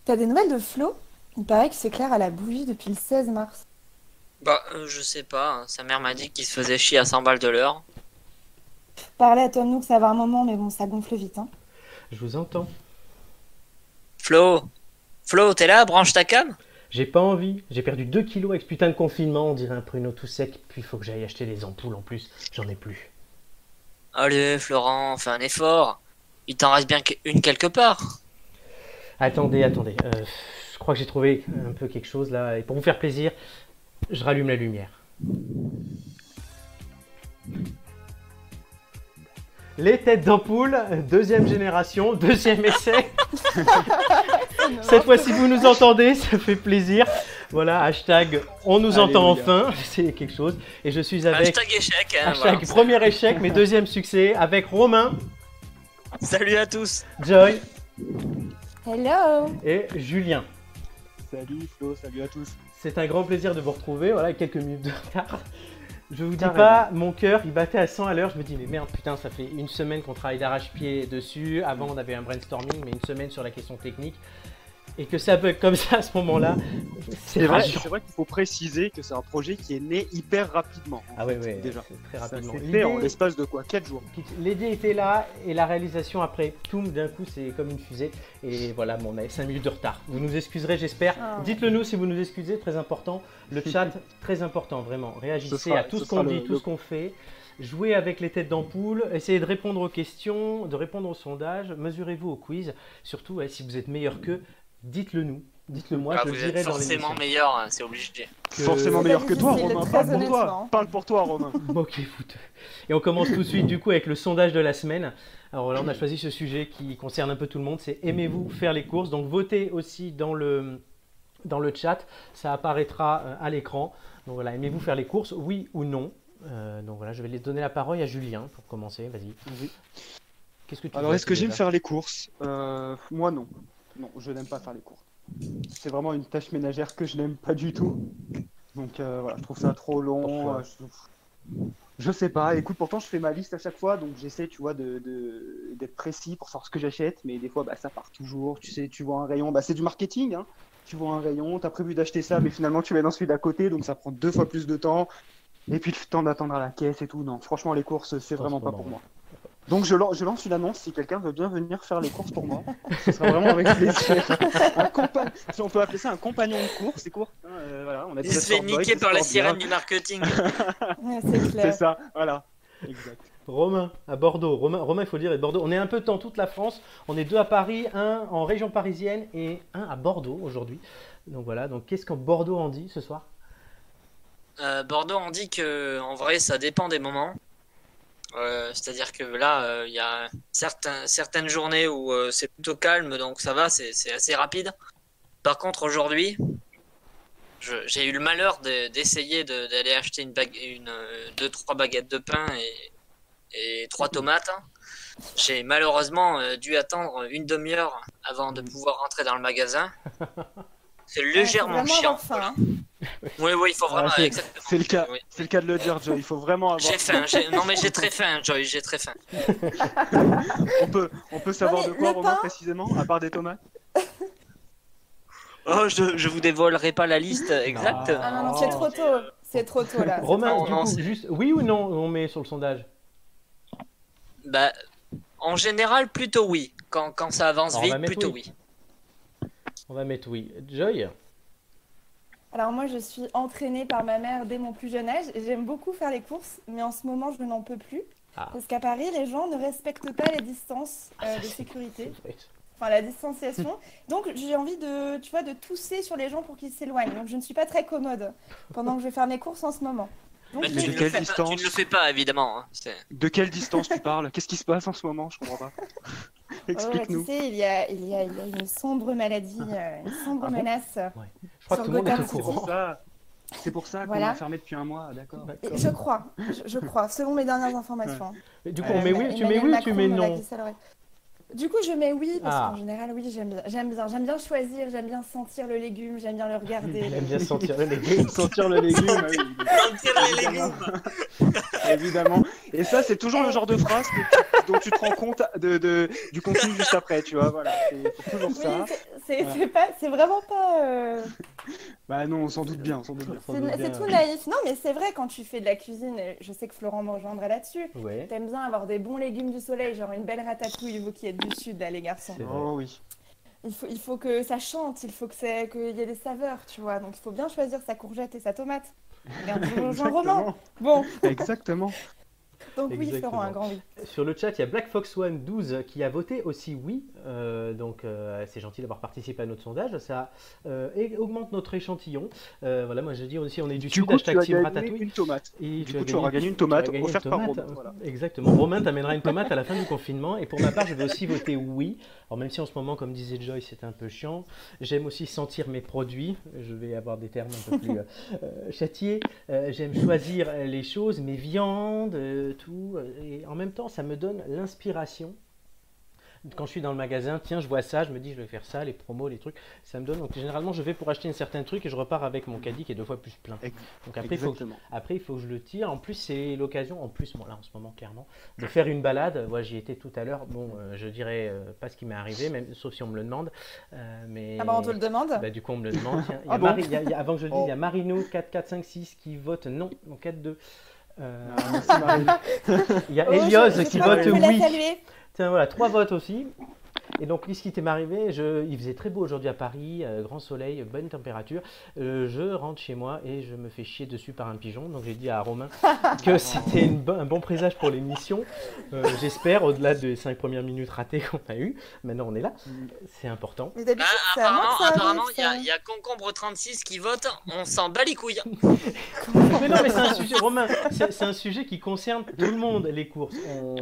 T'as des nouvelles de Flo? Il paraît qu'il s'éclaire à la bougie depuis le 16 mars. Bah, je sais pas, hein. Sa mère m'a dit qu'il se faisait chier à 100 balles de l'heure. Parler à Tom Nook, ça va un moment, mais bon, ça gonfle vite, hein. Je vous entends. Flo, Flo, t'es là? Branche ta cam? J'ai pas envie. J'ai perdu 2 kilos avec ce putain de confinement. On dirait un pruneau tout sec. Puis il faut que j'aille acheter des ampoules en plus. J'en ai plus. Allez, Florent, fais un effort. Il t'en reste bien une quelque part. Attendez. Je crois que j'ai trouvé un peu quelque chose là. Et pour vous faire plaisir, je rallume la lumière. Les têtes d'ampoule, deuxième génération, deuxième essai. Cette fois-ci, vous nous entendez, ça fait plaisir. Voilà, hashtag on nous entend enfin, c'est quelque chose. Et je suis avec Hashtag échec, hein, hashtag voilà. premier échec, mais deuxième succès, avec Romain, Salut à tous. Joy Hello! et Julien. Salut Flo, salut à tous. C'est un grand plaisir de vous retrouver, voilà, quelques minutes de retard. Je vous dis Carrément. pas, mon cœur, il battait à 100 à l'heure. Je me dis, mais merde, putain, ça fait une semaine qu'on travaille d'arrache-pied dessus. Avant, on avait un brainstorming, mais une semaine sur la question technique. Et que ça bug comme ça à ce moment-là, c'est C'est rageant. vrai qu'il faut préciser que c'est un projet qui est né hyper rapidement. Ah ouais, déjà. très Ça rapidement. s'est fait en l'espace de quoi 4 jours. L'idée était là et la réalisation après, toum, d'un coup, c'est comme une fusée. Et voilà, bon, on avait 5 minutes de retard. Vous nous excuserez, j'espère. Ah. Dites-le nous si vous nous excusez, très important. Le chat, très important, vraiment. Réagissez à tout ce qu'on dit, tout ce qu'on fait. Jouez avec les têtes d'ampoule, essayez de répondre aux questions, de répondre aux sondages, mesurez-vous au quiz. Surtout, si vous êtes meilleur qu'eux, dites-le nous. Dites-le moi, Ah, je le vous êtes dirai dans forcément l'émission. meilleur, hein, c'est obligé. Forcément C'est meilleur pas que toi, difficile, Romain. très Parle pour toi. honnêtement. Parle pour toi, Romain. Ok, foot. Et on commence tout de suite du coup avec le sondage de la semaine. Alors là, on a choisi ce sujet qui concerne un peu tout le monde, c'est aimez-vous faire les courses? Donc votez aussi dans le chat, ça apparaîtra à l'écran. Donc voilà, aimez-vous faire les courses, oui ou non? Donc voilà, je vais donner la parole à Julien pour commencer, vas-y. Oui. Qu'est-ce que tu Alors, fais, est-ce que j'aime déjà faire les courses Moi, non. Non, je n'aime pas faire les courses. C'est vraiment une tâche ménagère que je n'aime pas du tout. Donc voilà, je trouve ça trop long. Pourquoi Je sais pas. Écoute, pourtant, je fais ma liste à chaque fois, donc j'essaie, tu vois, d'être précis pour savoir ce que j'achète. Mais des fois, bah, ça part toujours. Tu sais, tu vois un rayon, bah, c'est du marketing, hein. Tu vois un rayon, tu as prévu d'acheter ça, mais finalement, tu vas dans celui d'à côté, donc ça prend 2 fois plus de temps. Et puis le temps d'attendre à la caisse et tout. Non, franchement, les courses, c'est vraiment pas pour moi. Donc je lance une annonce si quelqu'un veut bien venir faire les courses pour moi. Ce sera vraiment avec plaisir. Si on peut appeler ça un compagnon de course, c'est court. Voilà, on a Il se fait niquer par les sirènes du marketing. Ouais, c'est C'est clair. ça, voilà. Exact. Romain, à Bordeaux. Romain, il faut le dire, est de Bordeaux. On est un peu dans toute la France. On est 2 à Paris, un en région parisienne et un à Bordeaux aujourd'hui. Donc voilà, donc qu'est-ce qu'en Bordeaux en dit ce soir? Bordeaux, on dit que en vrai, ça dépend des moments. C'est-à-dire que là, il y a certaines journées où c'est plutôt calme, donc ça va, c'est assez rapide. Par contre, aujourd'hui, j'ai eu le malheur d'essayer d'aller acheter deux, trois baguettes de pain et 3 tomates. J'ai malheureusement dû attendre une demi-heure avant de pouvoir rentrer dans le magasin. C'est légèrement Faut vraiment chiant. avoir faim, hein. Oui, il faut vraiment. Exactement. C'est le cas. Oui. C'est le cas de le dire, Joe. Il faut vraiment avoir. J'ai faim. Non, mais j'ai très faim, Joy. J'ai très faim. On peut savoir Non, mais de quoi, le Romain, pain précisément, à part des tomates. Oh, je vous dévoilerai pas la liste exacte. Ah non, c'est trop tôt. C'est trop tôt là. Romain, Non, du non, coup, c'est- juste oui ou non on met sur le sondage? Bah, en général, plutôt oui. Quand ça avance Alors, on va vite, mettre plutôt oui. oui. On va mettre oui. Joy? Alors moi, je suis entraînée par ma mère dès mon plus jeune âge. J'aime beaucoup faire les courses, mais en ce moment, je n'en peux plus. Ah. Parce qu'à Paris, les gens ne respectent pas les distances de sécurité, C'est vrai. enfin la distanciation. Donc j'ai envie de, tu vois, de tousser sur les gens pour qu'ils s'éloignent. Donc je ne suis pas très commode pendant que je vais faire mes courses en ce moment. Donc, Mais Mais tu de ne quelle le fais pas, distance tu ne le fais pas, évidemment. Hein. De quelle distance tu parles? Qu'est-ce qui se passe en ce moment? Je comprends pas. tu Explique-nous. sais, il y a une sombre maladie, une sombre Ah bon menace. Je crois que Sur tout le monde est au Gotham City. courant. C'est pour ça qu'on Voilà. est enfermé depuis un mois, d'accord. Et je crois, selon mes dernières informations. Mais du coup, on met oui, tu mets Emmanuel oui ou Macron tu mets me l'a non? glissé à l'oreille. Du coup, je mets oui, parce Ah. qu'en général, oui, j'aime bien choisir, j'aime bien sentir le légume, j'aime bien le regarder. Il aime bien sentir le légume. Sentir le légume, ah oui, Sentir les légumes. évidemment. Et ça, c'est toujours le genre de phrase dont tu te rends compte du contenu juste après, tu vois. Voilà, c'est toujours Oui, ça. c'est vraiment pas. Bah non, on s'en doute bien, on s'en doute bien. C'est tout naïf. Non, mais c'est vrai, quand tu fais de la cuisine, je sais que Florent me rejoindrait là-dessus. Ouais. T'aimes bien avoir des bons légumes du soleil, genre une belle ratatouille, vous qui êtes du sud, là, les garçons. C'est vrai. Oh oui. Il faut que ça chante, il faut qu'il y ait des saveurs, tu vois. Donc il faut bien choisir sa courgette et sa tomate. Regarde, je rejoins Romain. Bon, Exactement. donc oui, Exactement. Florent, un grand oui. Sur le chat, il y a Black Fox One 12 qui a voté aussi oui. C'est gentil d'avoir participé à notre sondage. Ça augmente notre échantillon. Voilà, moi je dis aussi, on est du Du sud, coup, tu hashtag as Team gagné Ratatouille. une tomate. Et Du coup, tu auras gagné une tomate offerte par Romain. Voilà. Exactement. Romain t'amènera une tomate à la fin du confinement. Et pour ma part, je vais aussi voter oui. Alors même si en ce moment, comme disait Joyce, c'est un peu chiant, j'aime aussi sentir mes produits. Je vais avoir des termes un peu plus châtiés. J'aime choisir les choses, mes viandes, tout. Et en même temps, ça me donne l'inspiration. Quand je suis dans le magasin, tiens, je vois ça, je me dis, je vais faire ça, les promos, les trucs, ça me donne. Donc généralement, je vais pour acheter un certain truc et je repars avec mon caddie qui est 2 fois plus plein. Donc après, Exactement. il faut que je le tire. En plus, c'est l'occasion, en plus, moi, là, en ce moment, clairement, de faire une balade. Moi, j'y étais tout à l'heure. Bon, je dirais pas ce qui m'est arrivé, même, sauf si on me le demande. Mais... Ah bah on te le demande. Bah, du coup, on me le demande. Tiens, il y a Ah bon avant que je le dise, il y a Marino 4456 qui vote non, donc 4-2. Il y a Oh, Elios je qui crois vote qu'on peut la oui. saluer. Tiens, voilà, 3 votes aussi. Et donc, ce qui t'est arrivé, il faisait très beau aujourd'hui à Paris, grand soleil, bonne température. Je rentre chez moi et je me fais chier dessus par un pigeon. Donc, j'ai dit à Romain que c'était un bon présage pour l'émission. J'espère, au-delà des 5 premières minutes ratées qu'on a eues. Maintenant, on est là. C'est important. Mais d'habitude, c'est à moi que ça Apparemment, arrive, il ça. y a Concombre 36 qui vote, on s'en bat les couilles. Mais non, mais c'est un sujet, Romain, c'est un sujet qui concerne tout le monde, les courses.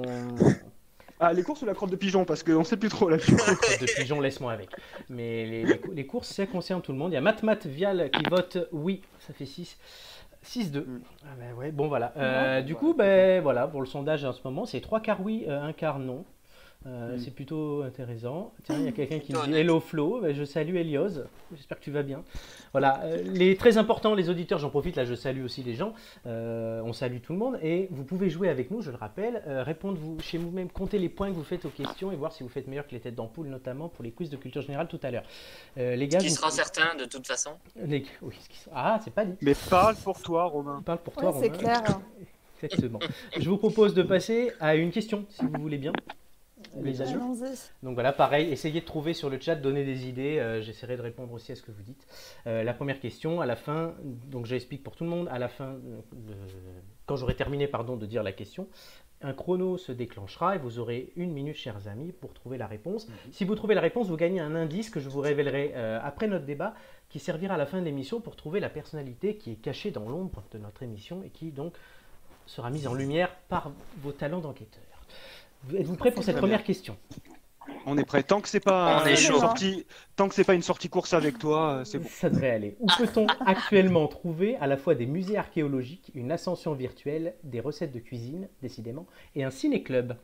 Ah, les courses ou la crotte de pigeon, parce qu'on sait plus trop là. De pigeon, laisse-moi avec. Mais les courses, ça concerne tout le monde. Il y a Matmat Vial qui vote oui, ça fait 6. 6-2. Ah ben ouais, bon voilà. Du coup, ben voilà, pour le sondage en ce moment, c'est 3 quarts oui, 1 quart non. C'est plutôt intéressant. Tiens, il y a quelqu'un qui me dit Hello Flo, ben, je salue Elios, j'espère que tu vas bien. Voilà, les très importants, les auditeurs, j'en profite, là je salue aussi les gens. On salue tout le monde et vous pouvez jouer avec nous, je le rappelle, répondre chez vous-même, compter les points que vous faites aux questions et voir si vous faites meilleur que les têtes d'ampoule, notamment pour les quiz de culture générale tout à l'heure. Les gars, Ce qui sera certain de toute façon. Oui, ah, c'est pas dit. Mais parle pour toi, Romain. Parle pour toi, Ouais, c'est Romain. clair. Exactement. Je vous propose de passer à une question, si vous voulez bien. Les amis. Allons-y. Donc voilà, pareil, essayez de trouver sur le chat, donner des idées. J'essaierai de répondre aussi à ce que vous dites. La première question, à la fin, donc j'explique pour tout le monde, à la fin, quand j'aurai terminé de dire la question, un chrono se déclenchera et vous aurez 1 minute, chers amis, pour trouver la réponse. Si vous trouvez la réponse, vous gagnez un indice que je vous révélerai après notre débat, qui servira à la fin de l'émission pour trouver la personnalité qui est cachée dans l'ombre de notre émission et qui donc sera mise en lumière par vos talents d'enquêteur. Êtes-vous prêts pour cette première question? On est prêt. Tant que c'est pas On est chaud. tant que c'est pas une sortie course avec toi, c'est bon. Ça devrait aller. Où peut-on actuellement trouver à la fois des musées archéologiques, une ascension virtuelle, des recettes de cuisine, décidément, et un ciné-club?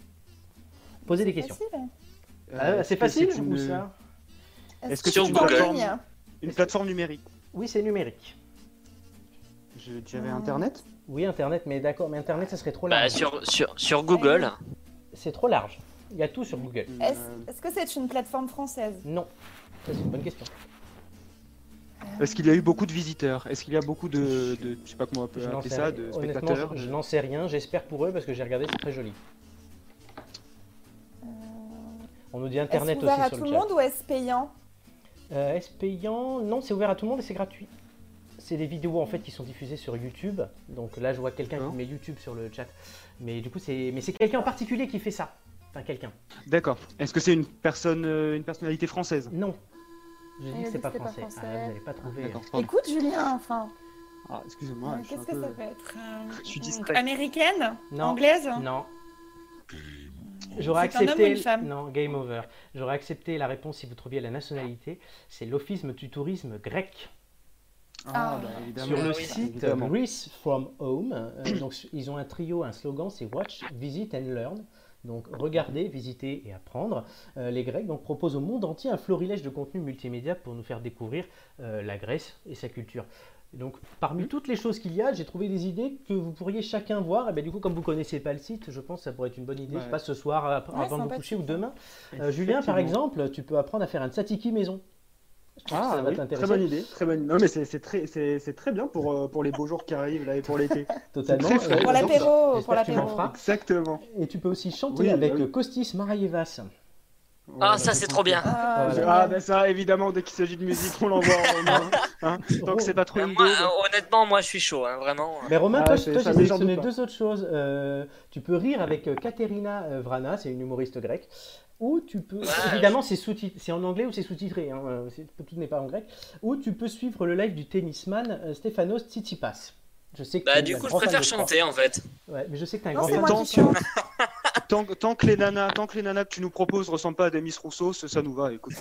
Posez des questions. Facile. C'est facile c'est ou une- ça? Est-ce que Sur c'est une Google. plateforme, une plateforme numérique? Oui, c'est numérique. J'avais Internet? Oui, Internet, mais d'accord, mais Internet, ça serait trop Bah, large. sur Google. C'est trop large. Il y a tout sur Google. Est-ce que c'est une plateforme française? Non. Ça, c'est une bonne question. Est-ce qu'il y a eu beaucoup de visiteurs? Est-ce qu'il y a beaucoup de je sais pas comment on peut Je n'en appeler sais ça, rien. de Honnêtement, spectateurs? je n'en sais rien. J'espère pour eux parce que j'ai regardé, c'est très joli. On nous dit Est-ce Internet ouvert aussi à sur tout le le chat. monde ou est-ce payant? Est-ce payant? Non, c'est ouvert à tout le monde et c'est gratuit. C'est des vidéos en fait qui sont diffusées sur YouTube. Donc là, je vois quelqu'un qui met YouTube sur le chat. Mais du coup, c'est quelqu'un en particulier qui fait ça. Enfin, quelqu'un. D'accord. Est-ce que c'est une personnalité française? Non. Je Il dis a que dit c'est pas que c'était pas français. français. Ah, vous n'allez pas trouver. D'accord. Pardon. Écoute, Julien, enfin. Ah, excusez-moi. je suis Qu'est-ce un que peu- ça peut être? Je suis distrait. Américaine? Non. Anglaise? Non. J'aurais C'est un homme ou accepté. une femme? Non, game over. J'aurais accepté la réponse si vous trouviez la nationalité. C'est l'Office du tourisme grec. Ah, bah, évidemment. Sur le oui, site évidemment. Greece from Home, donc, ils ont un trio, un slogan, c'est Watch, Visit and Learn. Donc regarder, visiter et apprendre. Les Grecs donc, proposent au monde entier un florilège de contenus multimédia pour nous faire découvrir la Grèce et sa culture. Et donc, parmi toutes les choses qu'il y a, j'ai trouvé des idées que vous pourriez chacun voir. Et ben, du coup, comme vous connaissez pas le site, je pense que ça pourrait être une bonne idée. Ouais. Je sais pas, ce soir, avant de vous coucher ou demain. Julien, par Effectivement. exemple, tu peux apprendre à faire un tzatziki maison. Je trouve que Ah ça va oui, t'intéresser. très bonne idée, très bonne. Non mais c'est très bien pour les beaux jours qui arrivent là et pour l'été. Totalement. très frais. Pour l'apéro, J'espère pour que tu m'en l'apéro. feras. Exactement. Et tu peux aussi chanter Oui, avec bah oui. Kostis Marajevas. Ah, ça, c'est trop bien. Ah, Voilà. génial. Ah bah ça évidemment dès qu'il s'agit de musique on l'envoie en Romain, hein, tant que c'est pas trop une Moi, daube. honnêtement, moi, je suis chaud, hein, vraiment. Mais Romain, Ah, toi, c'est- toi, ça, j'ai mais j'en sélectionné doute pas. deux autres choses. Tu peux rire avec Katerina Vrana, c'est une humoriste grecque. Ou tu peux, Ouais, évidemment, c'est en anglais ou c'est sous-titré, hein, tout n'est pas en grec. Ou tu peux suivre le live du tennisman Stefanos Tsitsipas. Je sais que Bah, t'es du un coup, je grand fan préfère de sport. chanter, en fait. Ouais, mais je sais que t'es un Non, grand c'est fan moi de Tant qui sport. chante. tant que les nanas que tu nous proposes ressemblent pas à des Miss Rousseau, ça nous va, écoute.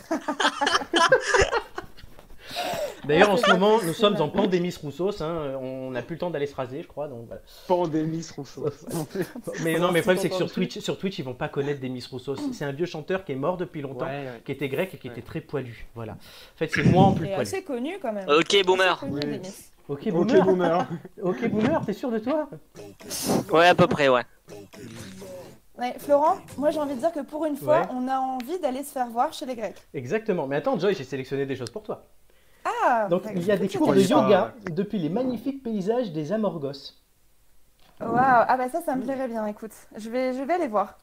D'ailleurs, en c'est ce moment, vrai, nous c'est sommes vrai. en pandémie Roussos. Hein, on n'a plus le temps d'aller se raser, je crois. Donc voilà. Pas des Miss Rousseau. Mais non, mais le problème, c'est que sur entendu. Twitch, ils vont pas connaître des Miss Roussos. C'est un vieux chanteur qui est mort depuis longtemps, Ouais. qui était grec et qui Ouais. était très poilu. Voilà. En fait, c'est moi en plus Il est poilu. assez connu quand même. Ok, boomer. Assez connu, Oui. Denis. Ok, Ok boomer. boomer. Ok, boomer, t'es sûr de toi? Ouais, à peu près, ouais. Ouais, Florent, moi j'ai envie de dire que pour une fois, Ouais. on a envie d'aller se faire voir chez les Grecs. Exactement. Mais attends, Joy, j'ai sélectionné des choses pour toi. Ah Donc, il y a des cours de yoga depuis les magnifiques paysages des Amorgos. Waouh, ah bah ça me plairait bien, écoute. Je vais aller voir.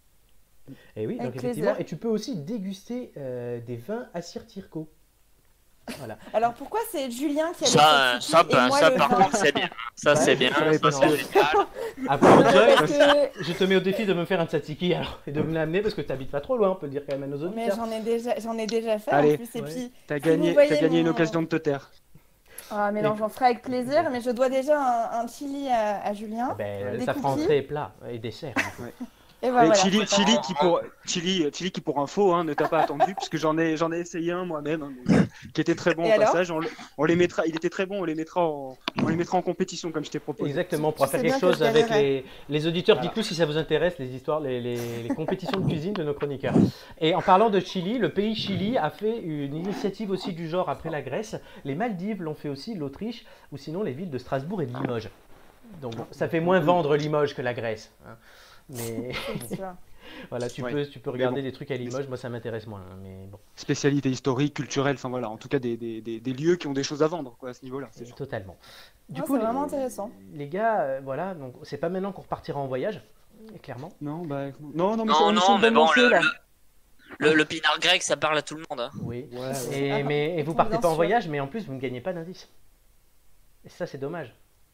Et oui, Avec donc effectivement. plaisir. Et tu peux aussi déguster des vins Assir Tirko. Voilà. Alors pourquoi c'est Julien qui a Ça, les ça, et moi ça, le par vin contre, c'est bien. Ça, Ouais, c'est bien. je savais Ça, pas. c'est génial. Après, Joy, Parce que- je te mets au défi de me faire un tzatziki alors, et de me l'amener parce que tu n'habites pas trop loin, on peut le dire quand même à nos Mais auditeurs. j'en ai déjà fait Allez. en plus. Et Ouais. puis, T'as Si vous gagné, voyez t'as gagné une mon- occasion de te taire. ah, mais non, j'en ferai avec plaisir. Mais je dois déjà un chili à Julien. Ah ben, Des ça fera cookies. entrée et plat et dessert. Et Et voilà. Chili qui pour info hein, ne t'a pas attendu puisque j'en ai essayé un moi-même hein, donc, qui était très bon Et au alors passage. On les mettra, il était très bon, on les mettra en compétition comme je t'ai proposé. Exactement, on pourra Tu faire sais quelque bien que chose je avec galérais. les auditeurs. Voilà. Dites-nous si ça vous intéresse, les histoires, les compétitions de cuisine de nos chroniqueurs. Et en parlant de Chili, le pays Chili a fait une initiative aussi du genre après la Grèce. Les Maldives l'ont fait aussi, l'Autriche, ou sinon les villes de Strasbourg et de Limoges. Donc bon, ça fait moins vendre Limoges que la Grèce. Hein. Mais C'est sûr. voilà, tu Ouais. peux regarder bon. des trucs à Limoges, moi ça m'intéresse moins. Hein, mais bon, Spécialité historique, culturelle, enfin voilà, en tout cas des lieux qui ont des choses à vendre quoi à ce niveau-là. C'est sûr. totalement. Du Non, coup, c'est vraiment intéressant. les gars, voilà, donc c'est pas maintenant qu'on repartira en voyage, clairement. Non mais on est Non, sur non, une mais bonne bon, lancée, là. le pinard grec, ça parle à tout le monde. Hein. Oui. Ouais, ouais. Et vous Bien partez pas en sûr. voyage, mais en plus vous ne gagnez pas d'indice. Et ça c'est dommage.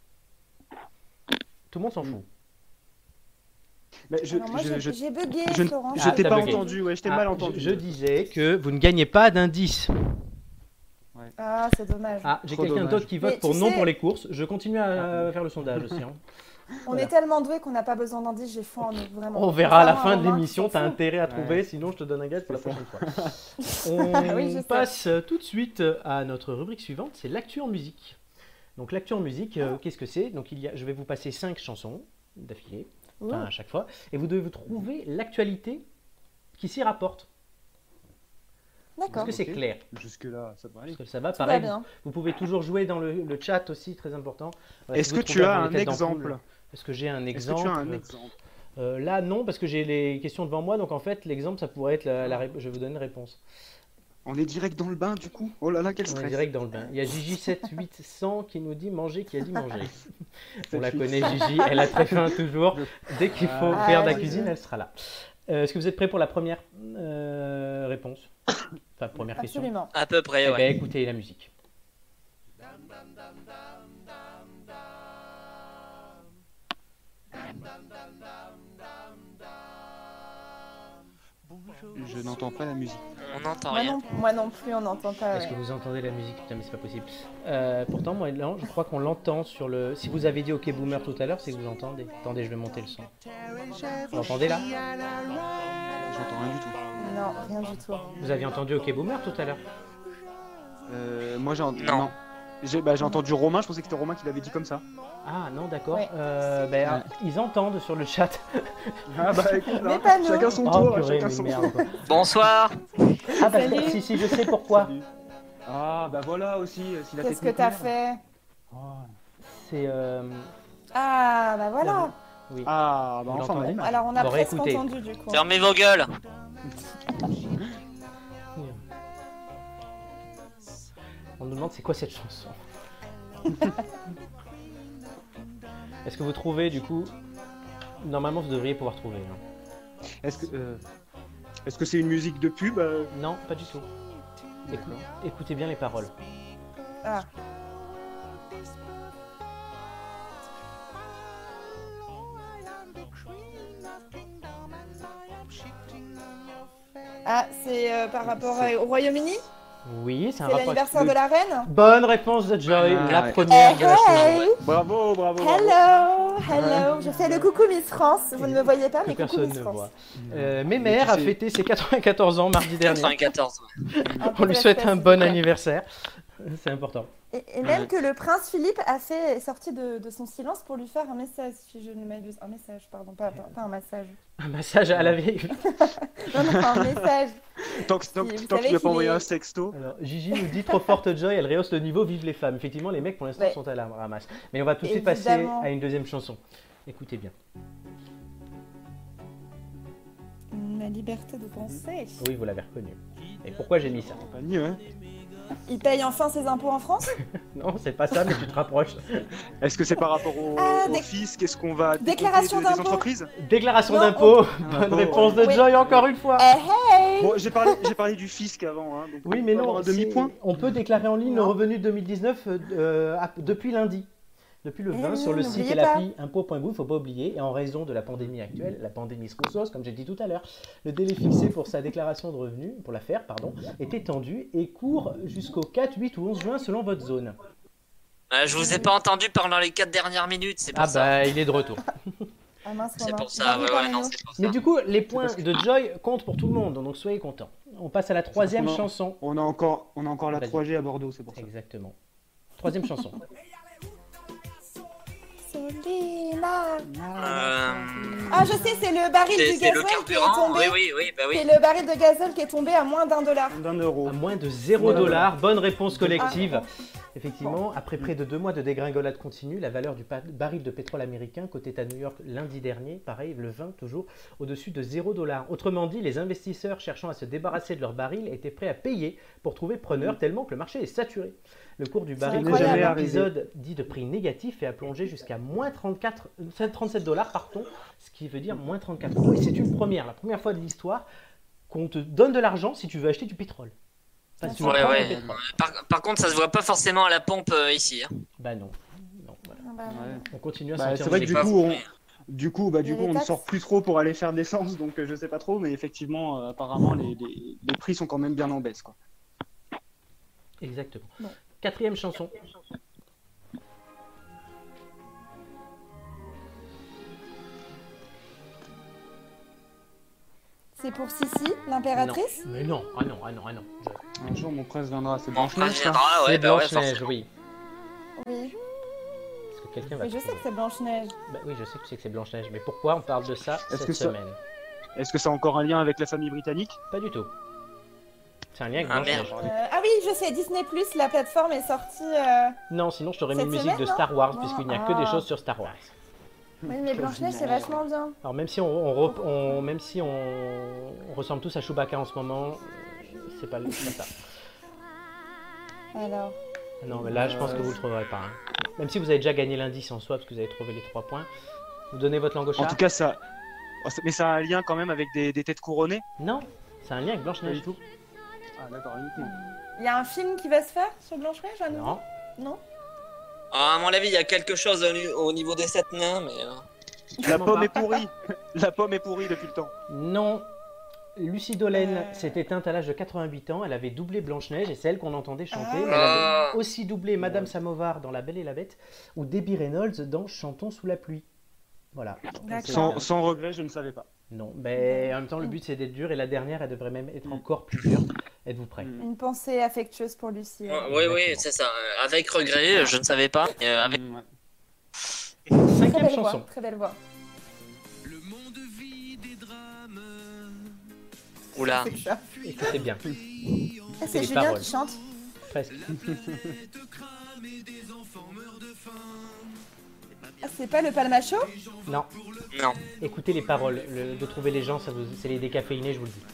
Tout le monde s'en fout. Mais Alors moi, j'ai bugué, je ne- Florent. je Ah, t'ai t'as pas bugué. entendu, ouais, je t'ai Ah, mal entendu. je disais que vous ne gagnez pas d'indice. Ah, c'est dommage. Ah, j'ai Trop quelqu'un dommage. d'autre qui vote Mais pour tu non sais- pour les courses. Je continue à faire le sondage aussi. Hein. On voilà. est tellement doués qu'on n'a pas besoin d'indices, j'ai foi en nous, vraiment. On verra à la Contrairement fin de Romain l'émission, qui t'as s'en fout. intérêt à trouver, Ouais. sinon je te donne un gage pour la C'est ça. prochaine fois. On Oui, je sais. passe tout de suite à notre rubrique suivante, c'est l'actu en musique. Donc l'actu en musique, qu'est-ce que c'est? Donc je vais vous passer 5 chansons d'affilée, enfin Ouh. à chaque fois, et vous devez vous trouver l'actualité qui s'y rapporte. D'accord. Est-ce que c'est Ok. clair? Jusque-là, ça va aller. Est-ce que ça va? Tout va Pareil, bien. vous pouvez toujours jouer dans le chat aussi, très important. Voilà, Est-ce si que vous tu trouvez as dans les un têtes d'ampoule. exemple? Est-ce que j'ai un Est-ce que exemple? tu as un exemple? Là, non, parce que j'ai les questions devant moi, donc en fait, l'exemple, ça pourrait être je vais vous donner une réponse. On est direct dans le bain du coup? Oh là là, quel On est stress. direct dans le bain. Il y a Gigi78100 qui nous dit manger, qui a dit manger. On la 7-8. connaît, Gigi, elle a très faim toujours. Dès qu'il faut Ah, faire de la Gigi. cuisine, elle sera là. Est-ce que vous êtes prêts pour la première réponse? Enfin, première question. Absolument. À peu près, Eh ouais. ben, écoutez la musique. Je n'entends pas la musique. On n'entend rien. Moi non plus, on n'entend pas. Est-ce ouais. que vous entendez la musique? Putain, mais c'est pas possible. Pourtant, moi, là, je crois qu'on l'entend sur le. Si vous avez dit OK Boomer tout à l'heure, c'est que vous l'entendez. Attendez, je vais monter le son. Vous l'entendez là? J'entends rien du tout. Non, rien du tout. Vous aviez entendu OK Boomer tout à l'heure? Moi j'ai Non. J'ai entendu Romain, je pensais que c'était Romain qui l'avait dit comme ça. Ah non, d'accord. Ouais. Ben, ils entendent sur le chat. Ah bah écoute, Mais pas nous. chacun son Oh tour, purée, chacun mais son merde, tour. quoi. Bonsoir. Ah bah Salut. si, je sais pourquoi. Ah bah voilà aussi, si la Qu'est-ce que technique t'as merde. fait? Oh. C'est... Ah, bah voilà. Oui. Ah, bah Vous enfin, l'entendez? bon. Alors, on a Bon, presque réécoutez. entendu, du coup. Fermez vos gueules. On nous demande c'est quoi cette chanson. Est-ce que vous trouvez du coup... Normalement vous devriez pouvoir trouver. Hein. Est-ce que c'est une musique de pub Non, pas du tout. Écoutez bien les paroles. Ah. Ah, c'est par rapport au Royaume-Uni? Oui, c'est un C'est rapport... l'anniversaire de la reine? Bonne réponse de Joy, Ah, la ouais. première de la saison. Hey, Bravo, bravo. hello, hello. Je fais le coucou Miss France. Vous ne me voyez pas, Que mais coucou personne Miss ne France. voit. Mémère a fêté ses 94 ans mardi dernier. 94. Ouais. On lui souhaite un bon anniversaire. C'est important. Et même que le prince Philippe est sorti de son silence pour lui faire un message, si je ne m'abuse. Un message, pardon, pas un massage. Un massage à la vieille. Non, non, un message. Tant que Vous tu savez lui as pas qu'il envoyé est- un sexto. Alors, Gigi nous dit trop forte Joy, elle rehausse le niveau, vive les femmes. Effectivement, les mecs pour l'instant Ouais. sont à la ramasse. Mais on va tout de suite passer Évidemment. à une deuxième chanson. Écoutez bien. Ma liberté de penser. Oui, vous l'avez reconnu. Et pourquoi j'ai mis ça? Pas mieux, hein. Il paye enfin ses impôts en France? Non, c'est pas ça, mais tu te rapproches. Est-ce que c'est par rapport au Ah, fisc? Est-ce qu'on va Déclaration décompter des d'impôt. entreprises? Déclaration Non, d'impôt. Bonne Impôt, réponse de oui. Joy encore une fois. Hey. Bon, j'ai parlé du fisc avant, hein, donc Oui, on mais peut avoir non, un demi-point. on peut déclarer en ligne le Non. revenu 2019 depuis lundi. Depuis le 20 Eh sur le oui, site n'oubliez et pas. l'appli impôt.gouv, il ne faut pas oublier. Et en raison de la pandémie actuelle, la pandémie Roussos, comme j'ai dit tout à l'heure, le délai fixé pour sa déclaration de revenus, pour la faire, pardon, est étendu et court jusqu'au 4, 8 ou 11 juin selon votre zone. Je vous ai pas entendu pendant les 4 dernières minutes, c'est pour Ah ça. bah, il est de retour. Ah mince, C'est Romain. pour ça, Bienvenue ouais, parmi non, nous. c'est pour ça. Mais du coup, les points de Joy comptent pour tout le monde, donc soyez contents. On passe à la troisième Non. chanson. On a encore la Vas-y. 3G à Bordeaux, c'est pour ça. Exactement. Troisième chanson. Solina. Euh, Ah, je sais, c'est le baril du c'est le gazole qui est carburant, tombé. oui, bah oui. C'est le baril de gazole qui est tombé à moins d'1 dollar. d'€1. À moins de 0 $. Bonne réponse collective. Ah. Effectivement, après près de 2 mois de dégringolade continue, la valeur du baril de pétrole américain coté à New York lundi dernier, pareil, le 20 toujours, au-dessus de 0 $. Autrement dit, les investisseurs cherchant à se débarrasser de leur baril étaient prêts à payer pour trouver preneur tellement que le marché est saturé. Le cours du baril incroyable. dans Jamais l'épisode dit de prix négatif et a plongé jusqu'à moins 37 $, pardon, ce qui veut dire moins 34 €. Et c'est la première fois de l'histoire qu'on te donne de l'argent si tu veux acheter du pétrole. Enfin, si tu veux Ouais, prendre ouais. du pétrole. Par contre, ça se voit pas forcément à la pompe ici. Hein. Bah non. Non, voilà. Ah bah, Ouais. On continue à Bah, sortir c'est vrai des que du pas coup, fou, du coup, Il y a on les ne taxes. sort plus trop pour aller faire d'essence, donc je sais pas trop, mais effectivement, apparemment, les prix sont quand même bien en baisse, quoi. Exactement. Bon. Quatrième chanson. c'est pour Sissi, l'impératrice? Non. Mais non, ah non, ah non, ah non. Un jour, mon prince viendra, c'est Bon, Blanche-Neige, ça. viendra, ouais, C'est bah ouais, Blanche-Neige, forcément. oui. Oui. Est-ce que quelqu'un va Mais je sais trouver que c'est Blanche-Neige. Bah oui, je sais que tu sais que c'est Blanche-Neige, mais pourquoi on parle de ça Est-ce cette que ça- semaine? Est-ce que ça a encore un lien avec la famille britannique? Pas du tout. C'est un lien avec Ah, Blanche-Neige. Ah oui, je sais, Disney+, la plateforme est sortie... Non, sinon je t'aurais mis Cette une musique de semaine, Star Wars, non puisqu'il n'y a que des Ah. choses sur Star Wars. Oui, mais Blanche-Neige, c'est vachement bien. Alors même si même si on ressemble tous à Chewbacca en ce moment, c'est pas ça. Alors, Non, mais là, je pense que vous le trouverez pas. Hein. Même si vous avez déjà gagné l'indice en soi, parce que vous avez trouvé les 3 points, vous donnez votre langue au chat. En tout cas, ça. Mais ça a un lien quand même avec des têtes couronnées? Non, c'est un lien avec Pas Blanche-Neige. du tout. Ah, d'accord, uniquement. il y a un film qui va se faire sur Blanche-Neige, à nouveau? Non. Non. Ah, à mon avis, il y a quelque chose au niveau des 7 nains, mais. La Vraiment pomme pas. est pourrie. La pomme est pourrie depuis le temps. Non. Lucie Dolène s'est éteinte à l'âge de 88 ans. Elle avait doublé Blanche-Neige et c'est elle qu'on entendait chanter. Ah. Mais elle avait aussi doublé Madame Samovar dans La Belle et la Bête ou Debbie Reynolds dans Chantons sous la pluie. Voilà. D'accord. Sans regret, je ne savais pas. Non, mais en même temps, le but c'est d'être dur et la dernière, elle devrait même être encore plus dure. Êtes-vous prêts? Une pensée affectueuse pour Lucie. Oui, oui, c'est ça. Avec regret, je ne savais pas. Avec... Ouais. Très Cinquième belle chanson. voix, très belle voix. Oula. C'est ça. Écoutez bien. Ah, C'est c'est les Julien paroles. qui chante. Presque. Ah, c'est pas le Palma Show? Non, Non. écoutez les paroles. De trouver les gens, c'est les décaféinés, je vous le dis.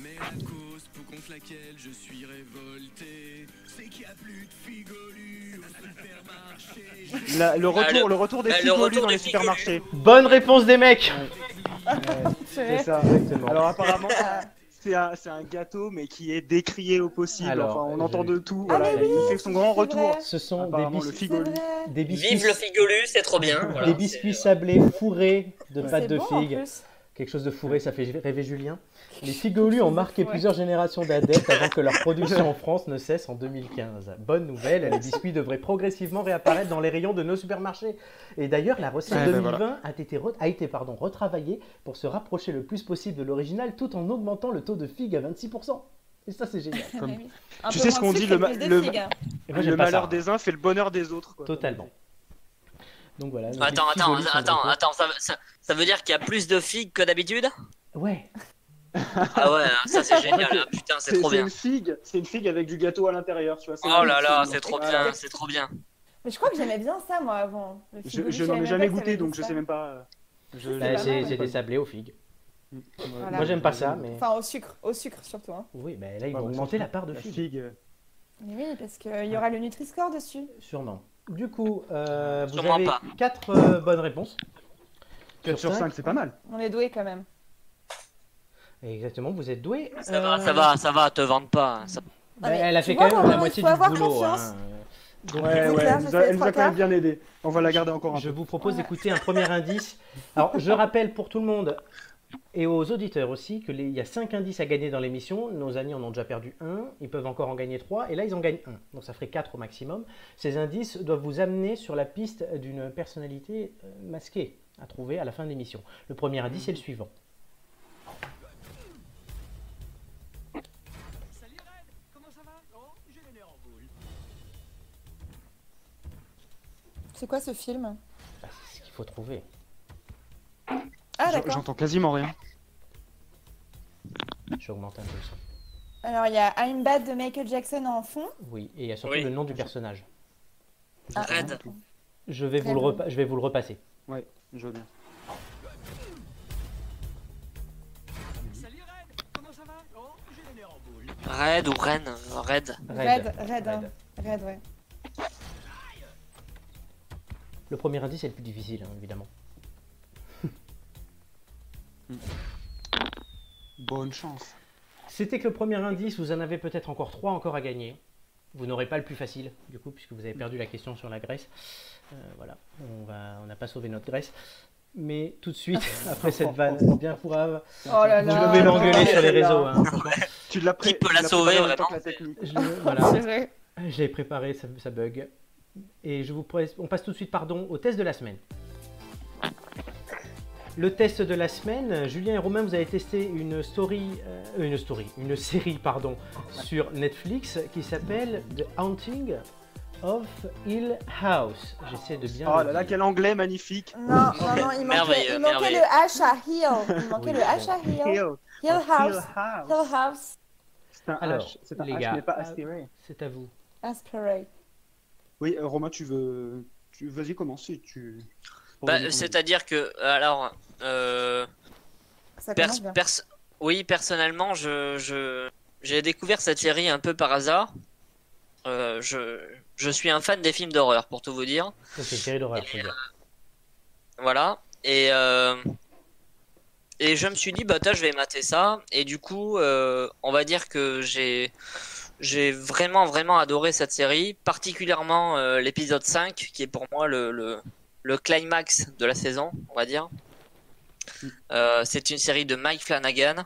Le retour des le figolus retour dans des les supermarchés. Bonne réponse des mecs. C'est ça. Exactement. Alors apparemment, c'est un gâteau, mais qui est décrié au possible. Alors, enfin, on entend de tout. Ah, Voilà, mais oui, il fait son grand c'est retour. vrai. Ce sont Apparemment, le C'est figolu. vrai. des biscuits, Vive le figolu, c'est trop bien. Voilà, des biscuits sablés fourrés de C'est pâte de bon, en figue. plus. Quelque chose de fourré, ça fait rêver Julien. Les figolus ont marqué Ouais. plusieurs générations d'adeptes avant que leur production en France ne cesse en 2015. Bonne nouvelle, les biscuits devraient progressivement réapparaître dans les rayons de nos supermarchés. Et d'ailleurs, la recette Ouais, ben 2020 a été retravaillée pour se rapprocher le plus possible de l'original tout en augmentant le taux de figue à 26%. Et ça, c'est génial. Comme- Mais oui. Un Tu peu sais moins ce qu'on de dit, sucre le et plus ma- de figues, hein. Et moi, Le j'aime pas malheur ça. des uns fait le bonheur des autres. Quoi. Totalement. Donc voilà. nos Attends, figolus sont de retour. ça veut dire qu'il y a plus de figues que d'habitude? Ouais. Ah ouais, ça c'est génial, hein. Putain, c'est trop bien. C'est une figue avec du gâteau à l'intérieur, tu vois. Oh là là, c'est c'est trop Voilà. bien, c'est trop bien. Mais je crois que j'aimais bien ça, moi, avant. Le figolu, Je n'en savais ai même jamais pas que ça goûté, avait donc dit je ça. sais même pas. C'est pas mal, C'est ouais. des sablés aux figues. Voilà. Moi, j'aime pas ça, mais. Enfin, au sucre surtout. Hein. Oui, mais là, ils Ouais, vont bah, augmenter la part de La figues. figue. Mais oui, parce qu'il y aura le Nutri-Score dessus. Sûrement. Du coup, vous Sûrement avez pas. 4 bonnes réponses. 4 sur cinq. 5, c'est pas mal. On est doués quand même. Exactement, vous êtes doué. Ça va, te vante pas. Ça- Ah, mais Elle a tu fait vois, quand même la Romain, moitié il faut du avoir boulot. confiance. Hein. Donc, Ouais, C'est ouais, clair, elle j'ai nous fait a les quand trois même quarts. bien aidé. On va la garder encore un je peu. vous propose d'écouter un premier indice. Alors, je rappelle pour tout le monde et aux auditeurs aussi qu'il y a 5 indices à gagner dans l'émission. Nos amis en ont déjà perdu 1. Ils peuvent encore en gagner 3. Et là, ils en gagnent 1. Donc, ça ferait 4 au maximum. Ces indices doivent vous amener sur la piste d'une personnalité masquée à trouver à la fin de l'émission. Le premier indice est le suivant. C'est quoi ce film? Ah, c'est ce qu'il faut trouver. Ah, d'accord. J'entends quasiment rien. J'augmente un peu le son. Alors, il y a I'm Bad de Michael Jackson en fond. Oui, et il y a surtout Oui. le nom du personnage. Ah, Red. Je vais, Très vous le, bon. je vais vous le repasser. Ouais, je veux bien. Red ou Ren? Red. Red, hein. Red, ouais. Le premier indice est le plus difficile, hein, évidemment. Bonne chance. C'était que le premier indice, vous en avez peut-être encore 3 encore à gagner. Vous n'aurez pas le plus facile, du coup, puisque vous avez perdu la question sur la Grèce. Voilà, on n'a pas sauvé notre Grèce. Mais tout de suite, après cette vanne bien pourrave, Oh là vous là. pouvez l'engueuler sur les Celle-là. réseaux. Hein, franchement. Tu l'as Qui peut la tu l'as sauver, préparé en même temps vraiment que la technique. Voilà, C'est vrai. je l'ai préparé, ça bug. Et on passe tout de suite au test de la semaine. Le test de la semaine, Julien et Romain, vous avez testé une série sur Netflix qui s'appelle The Haunting of Hill House. J'essaie de bien. Oh le là là, dire. quel anglais magnifique. Non, il Merveilleux, manquait merveilleux. le H à Hill. Il manquait Oui, le H à Hill. Hill Hill House. House. Hill House. C'est un Alors, H, c'est un les H, gars, mais pas aspiré. C'est à vous. Aspirate. Oui, Romain, vas-y, commence si tu. Bah, c'est-à-dire que, alors, Ça pers- commence bien. oui, personnellement, j'ai découvert cette série un peu par hasard. Je suis un fan des films d'horreur, pour tout vous dire. Ça, c'est une série d'horreur, faut dire. Voilà. Et je me suis dit, bah, je vais mater ça. Et du coup, on va dire que j'ai vraiment, vraiment adoré cette série. Particulièrement l'épisode 5, qui est pour moi le climax de la saison, on va dire. C'est une série de Mike Flanagan.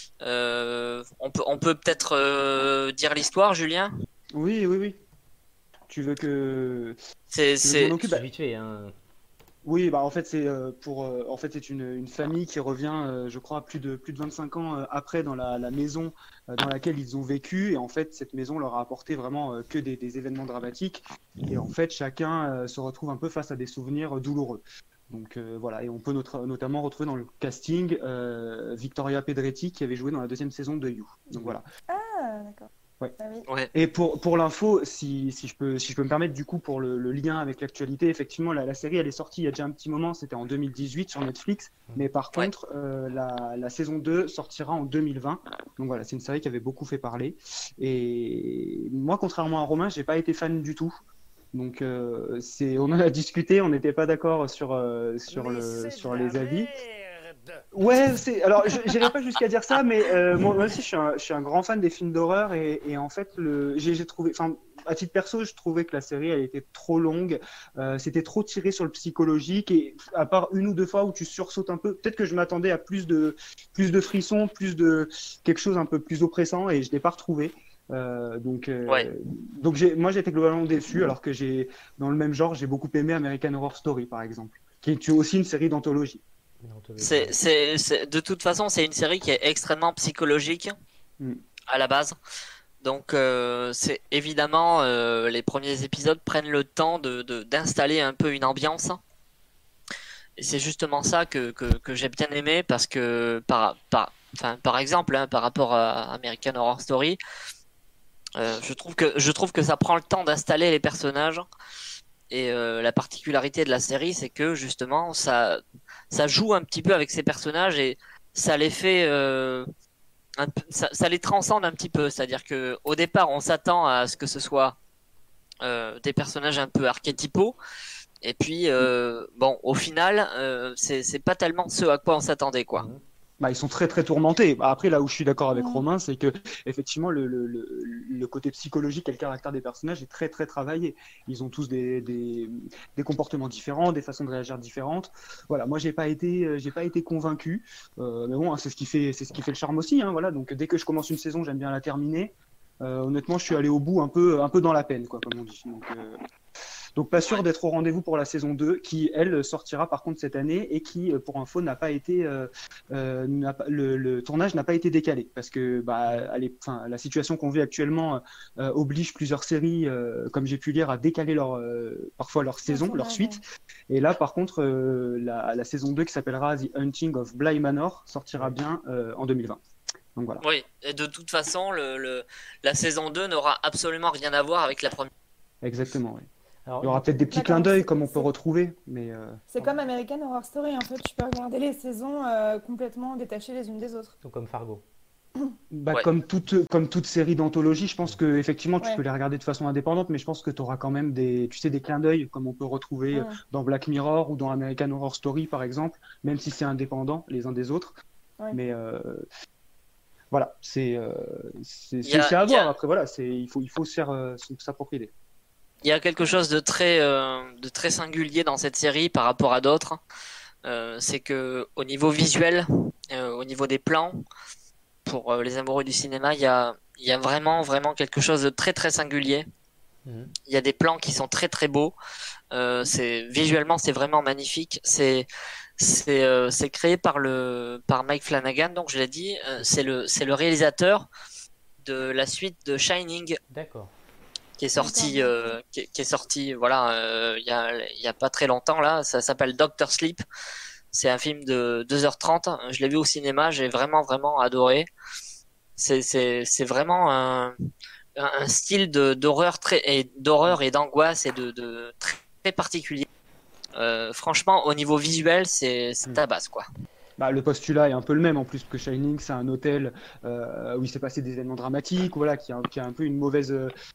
On peut peut-être dire l'histoire, Julien? Oui. Tu veux que. C'est je m'en occupe C'est vite fait. Hein. Oui, bah en fait c'est en fait c'est une famille qui revient, je crois, plus de 25 ans après dans la maison dans laquelle ils ont vécu, et en fait cette maison leur a apporté vraiment que des événements dramatiques, et en fait chacun se retrouve un peu face à des souvenirs douloureux. Donc voilà, et on peut notamment retrouver dans le casting Victoria Pedretti qui avait joué dans la 2e saison de You. Donc voilà. Ah, d'accord. Ah oui. Ouais. Et pour l'info, si je peux me permettre, du coup, pour le lien avec l'actualité, effectivement, la série, elle est sortie il y a déjà un petit moment, c'était en 2018 sur Netflix, mais par Ouais. contre, la saison 2 sortira en 2020. Donc voilà, c'est une série qui avait beaucoup fait parler. Et moi, contrairement à Romain, j'ai pas été fan du tout. Donc, on en a discuté, on n'était pas d'accord sur les avis. Ouais, alors j'irai pas jusqu'à dire ça, mais moi aussi je suis un grand fan des films d'horreur et en fait j'ai trouvé, enfin à titre perso, je trouvais que la série elle était trop longue, c'était trop tiré sur le psychologique et à part une ou deux fois où tu sursautes un peu, peut-être que je m'attendais à plus de frissons, plus de quelque chose un peu plus oppressant et je l'ai pas retrouvé. Ouais. Donc moi j'ai été globalement déçu alors que dans le même genre j'ai beaucoup aimé American Horror Story par exemple, qui est aussi une série d'anthologie. De toute façon, c'est une série qui est extrêmement psychologique Mm. à la base. Donc, c'est évidemment les premiers épisodes prennent le temps d'installer un peu une ambiance. Et c'est justement ça que j'ai bien aimé parce que par exemple, hein, par rapport à American Horror Story, je trouve que ça prend le temps d'installer les personnages. Et la particularité de la série, c'est que justement, ça joue un petit peu avec ces personnages et ça les fait, ça les transcende un petit peu. C'est-à-dire que au départ, on s'attend à ce que ce soit des personnages un peu archétypaux, et puis bon, au final, c'est pas tellement ce à quoi on s'attendait, quoi. Bah, ils sont très très tourmentés. Bah, après, là où je suis d'accord avec Ouais. Romain, c'est que effectivement le côté psychologique et le caractère des personnages est très très travaillé. Ils ont tous des comportements différents, des façons de réagir différentes. Voilà, moi j'ai pas été convaincu. Mais bon, hein, c'est ce qui fait le charme aussi. Hein, voilà, donc dès que je commence une saison, j'aime bien la terminer. Honnêtement, je suis allé au bout un peu dans la peine, quoi, comme on dit. Donc pas sûr d'être au rendez-vous pour la saison 2 qui, elle, sortira par contre cette année et qui, pour info, n'a pas été le tournage n'a pas été décalé parce que la situation qu'on vit actuellement oblige plusieurs séries, comme j'ai pu lire, à décaler parfois leur saison, leur suite. Et là, par contre, la saison 2 qui s'appellera The Hunting of Bly Manor sortira bien en 2020. Donc voilà. Oui, et de toute façon, la saison 2 n'aura absolument rien à voir avec la première. Exactement, oui. Alors, Il y aura peut-être des petits clins d'œil comme on peut retrouver, mais C'est comme American Horror Story, en fait, tu peux regarder les saisons complètement détachées les unes des autres. donc comme Fargo. Ouais. comme toute série d'anthologie, je pense que effectivement tu Ouais. peux les regarder de façon indépendante, mais je pense que tu auras quand même des clins d'œil comme on peut retrouver dans Black Mirror ou dans American Horror Story par exemple, même si c'est indépendant les uns des autres. Ouais. Mais voilà, c'est y à a- voir. Après voilà, il faut se faire sa propre idée. Il y a quelque chose de très singulier dans cette série par rapport à d'autres. C'est que au niveau visuel, au niveau des plans, pour les amoureux du cinéma, il y a vraiment quelque chose de très très singulier. Mhm. Il y a des plans qui sont très très beaux. Visuellement, c'est vraiment magnifique. C'est créé par Mike Flanagan, donc je l'ai dit. C'est le réalisateur de la suite de Shining, D'accord. qui est sorti qui est sorti voilà il y a pas très longtemps là. Ça s'appelle Doctor Sleep. C'est un film de 2h30. Je l'ai vu au cinéma, j'ai vraiment adoré. C'est vraiment un style d'horreur d'horreur et d'angoisse et de très, très particulier. Franchement, au niveau visuel, c'est tabasse, quoi. Bah, le postulat est un peu le même en plus que Shining, c'est un hôtel où il s'est passé des événements dramatiques, voilà, qui a un peu une mauvaise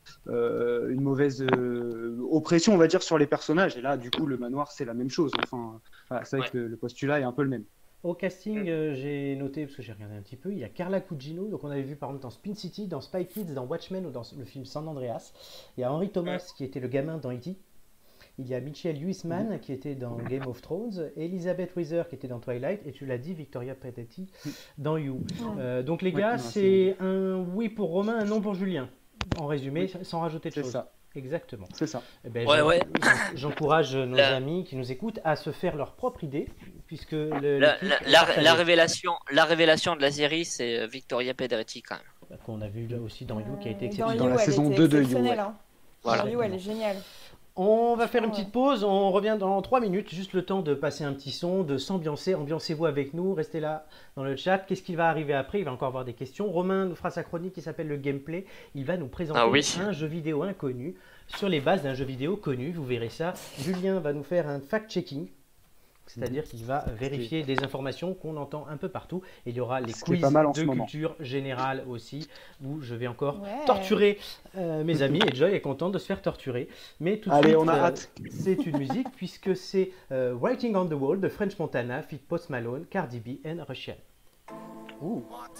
oppression, on va dire, sur les personnages. Et là, du coup, le manoir, c'est la même chose. Enfin, voilà, c'est vrai que le postulat est un peu le même. Au casting, j'ai noté, parce que j'ai regardé un petit peu, il y a Carla Gugino, donc on avait vu par exemple dans Spin City, dans Spy Kids, dans Watchmen ou dans le film San Andreas. Il y a Henry Thomas qui était le gamin dans E.T. Il y a Michelle Huisman qui était dans Game of Thrones, Elizabeth Wheeler qui était dans Twilight, et tu l'as dit, Victoria Pedretti dans You. Donc les gars, c'est un oui pour Romain, un non pour Julien. En résumé, sans rajouter de choses. C'est ça. Exactement. C'est ça. Eh ben, Ouais. j'encourage nos amis qui nous écoutent à se faire leur propre idée, puisque la révélation de la série, c'est Victoria Pedretti, quand même. qu'on a vu là aussi dans You, qui a été Dans exceptionnel. Dans la You, elle saison était 2 de You, exceptionnelle, ouais. hein. Voilà. Dans You, elle est géniale. On va faire une petite pause, on revient dans 3 minutes, juste le temps de passer un petit son, de s'ambiancer. Ambiancez-vous avec nous, restez là dans le chat. Qu'est-ce qui va arriver après? Il va encore avoir des questions. Romain nous fera sa chronique qui s'appelle le gameplay. Il va nous présenter un jeu vidéo inconnu sur les bases d'un jeu vidéo connu. Vous verrez ça. Julien va nous faire un fact-checking. C'est-à-dire qu'il va vérifier des informations qu'on entend un peu partout. Et il y aura les quiz de culture générale aussi, où je vais encore torturer mes amis. Et Joy est contente de se faire torturer. Mais tout de suite, on a hâte. C'est une musique, puisque c'est Writing on the Wall de French Montana, feat Post Malone, Cardi B and Russian. Ouh.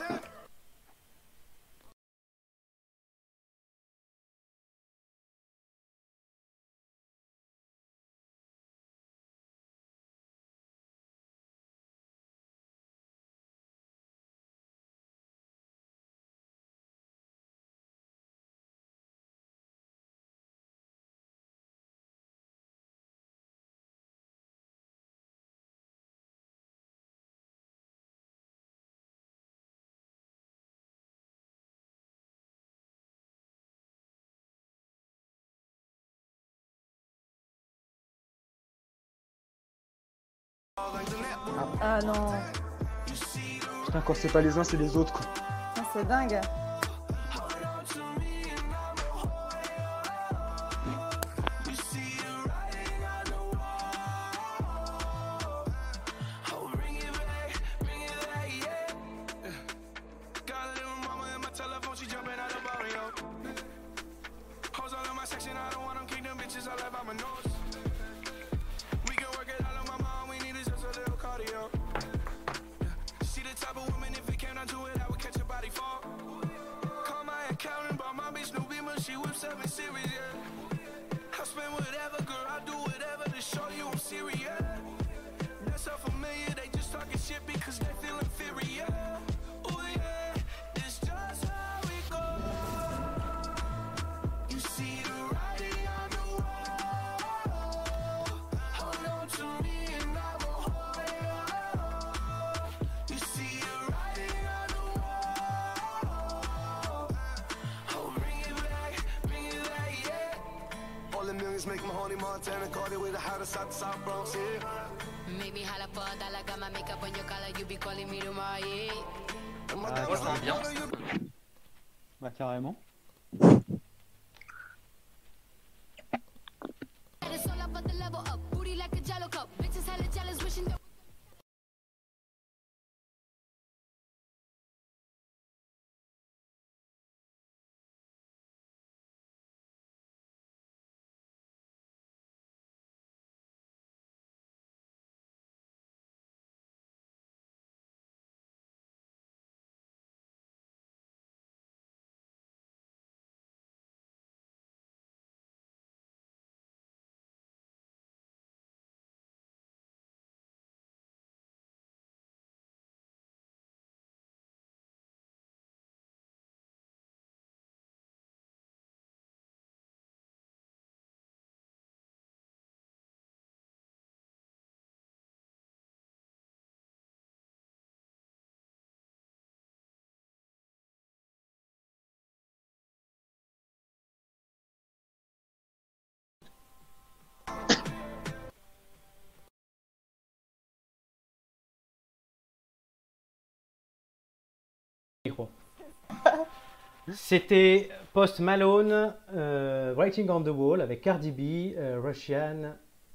Ah non. Putain, quand c'est pas les uns, c'est les autres, quoi. Ah, c'est dingue. Make my honey Montana, caught it with the hottest out the South Bronx, yeah. Make me holla for a dollar, got my makeup on your collar, you be calling me tomorrow, yeah. Moi, je l'ambiance. Bah, carrément. C'était Post Malone, Writing on the Wall avec Cardi B, Russian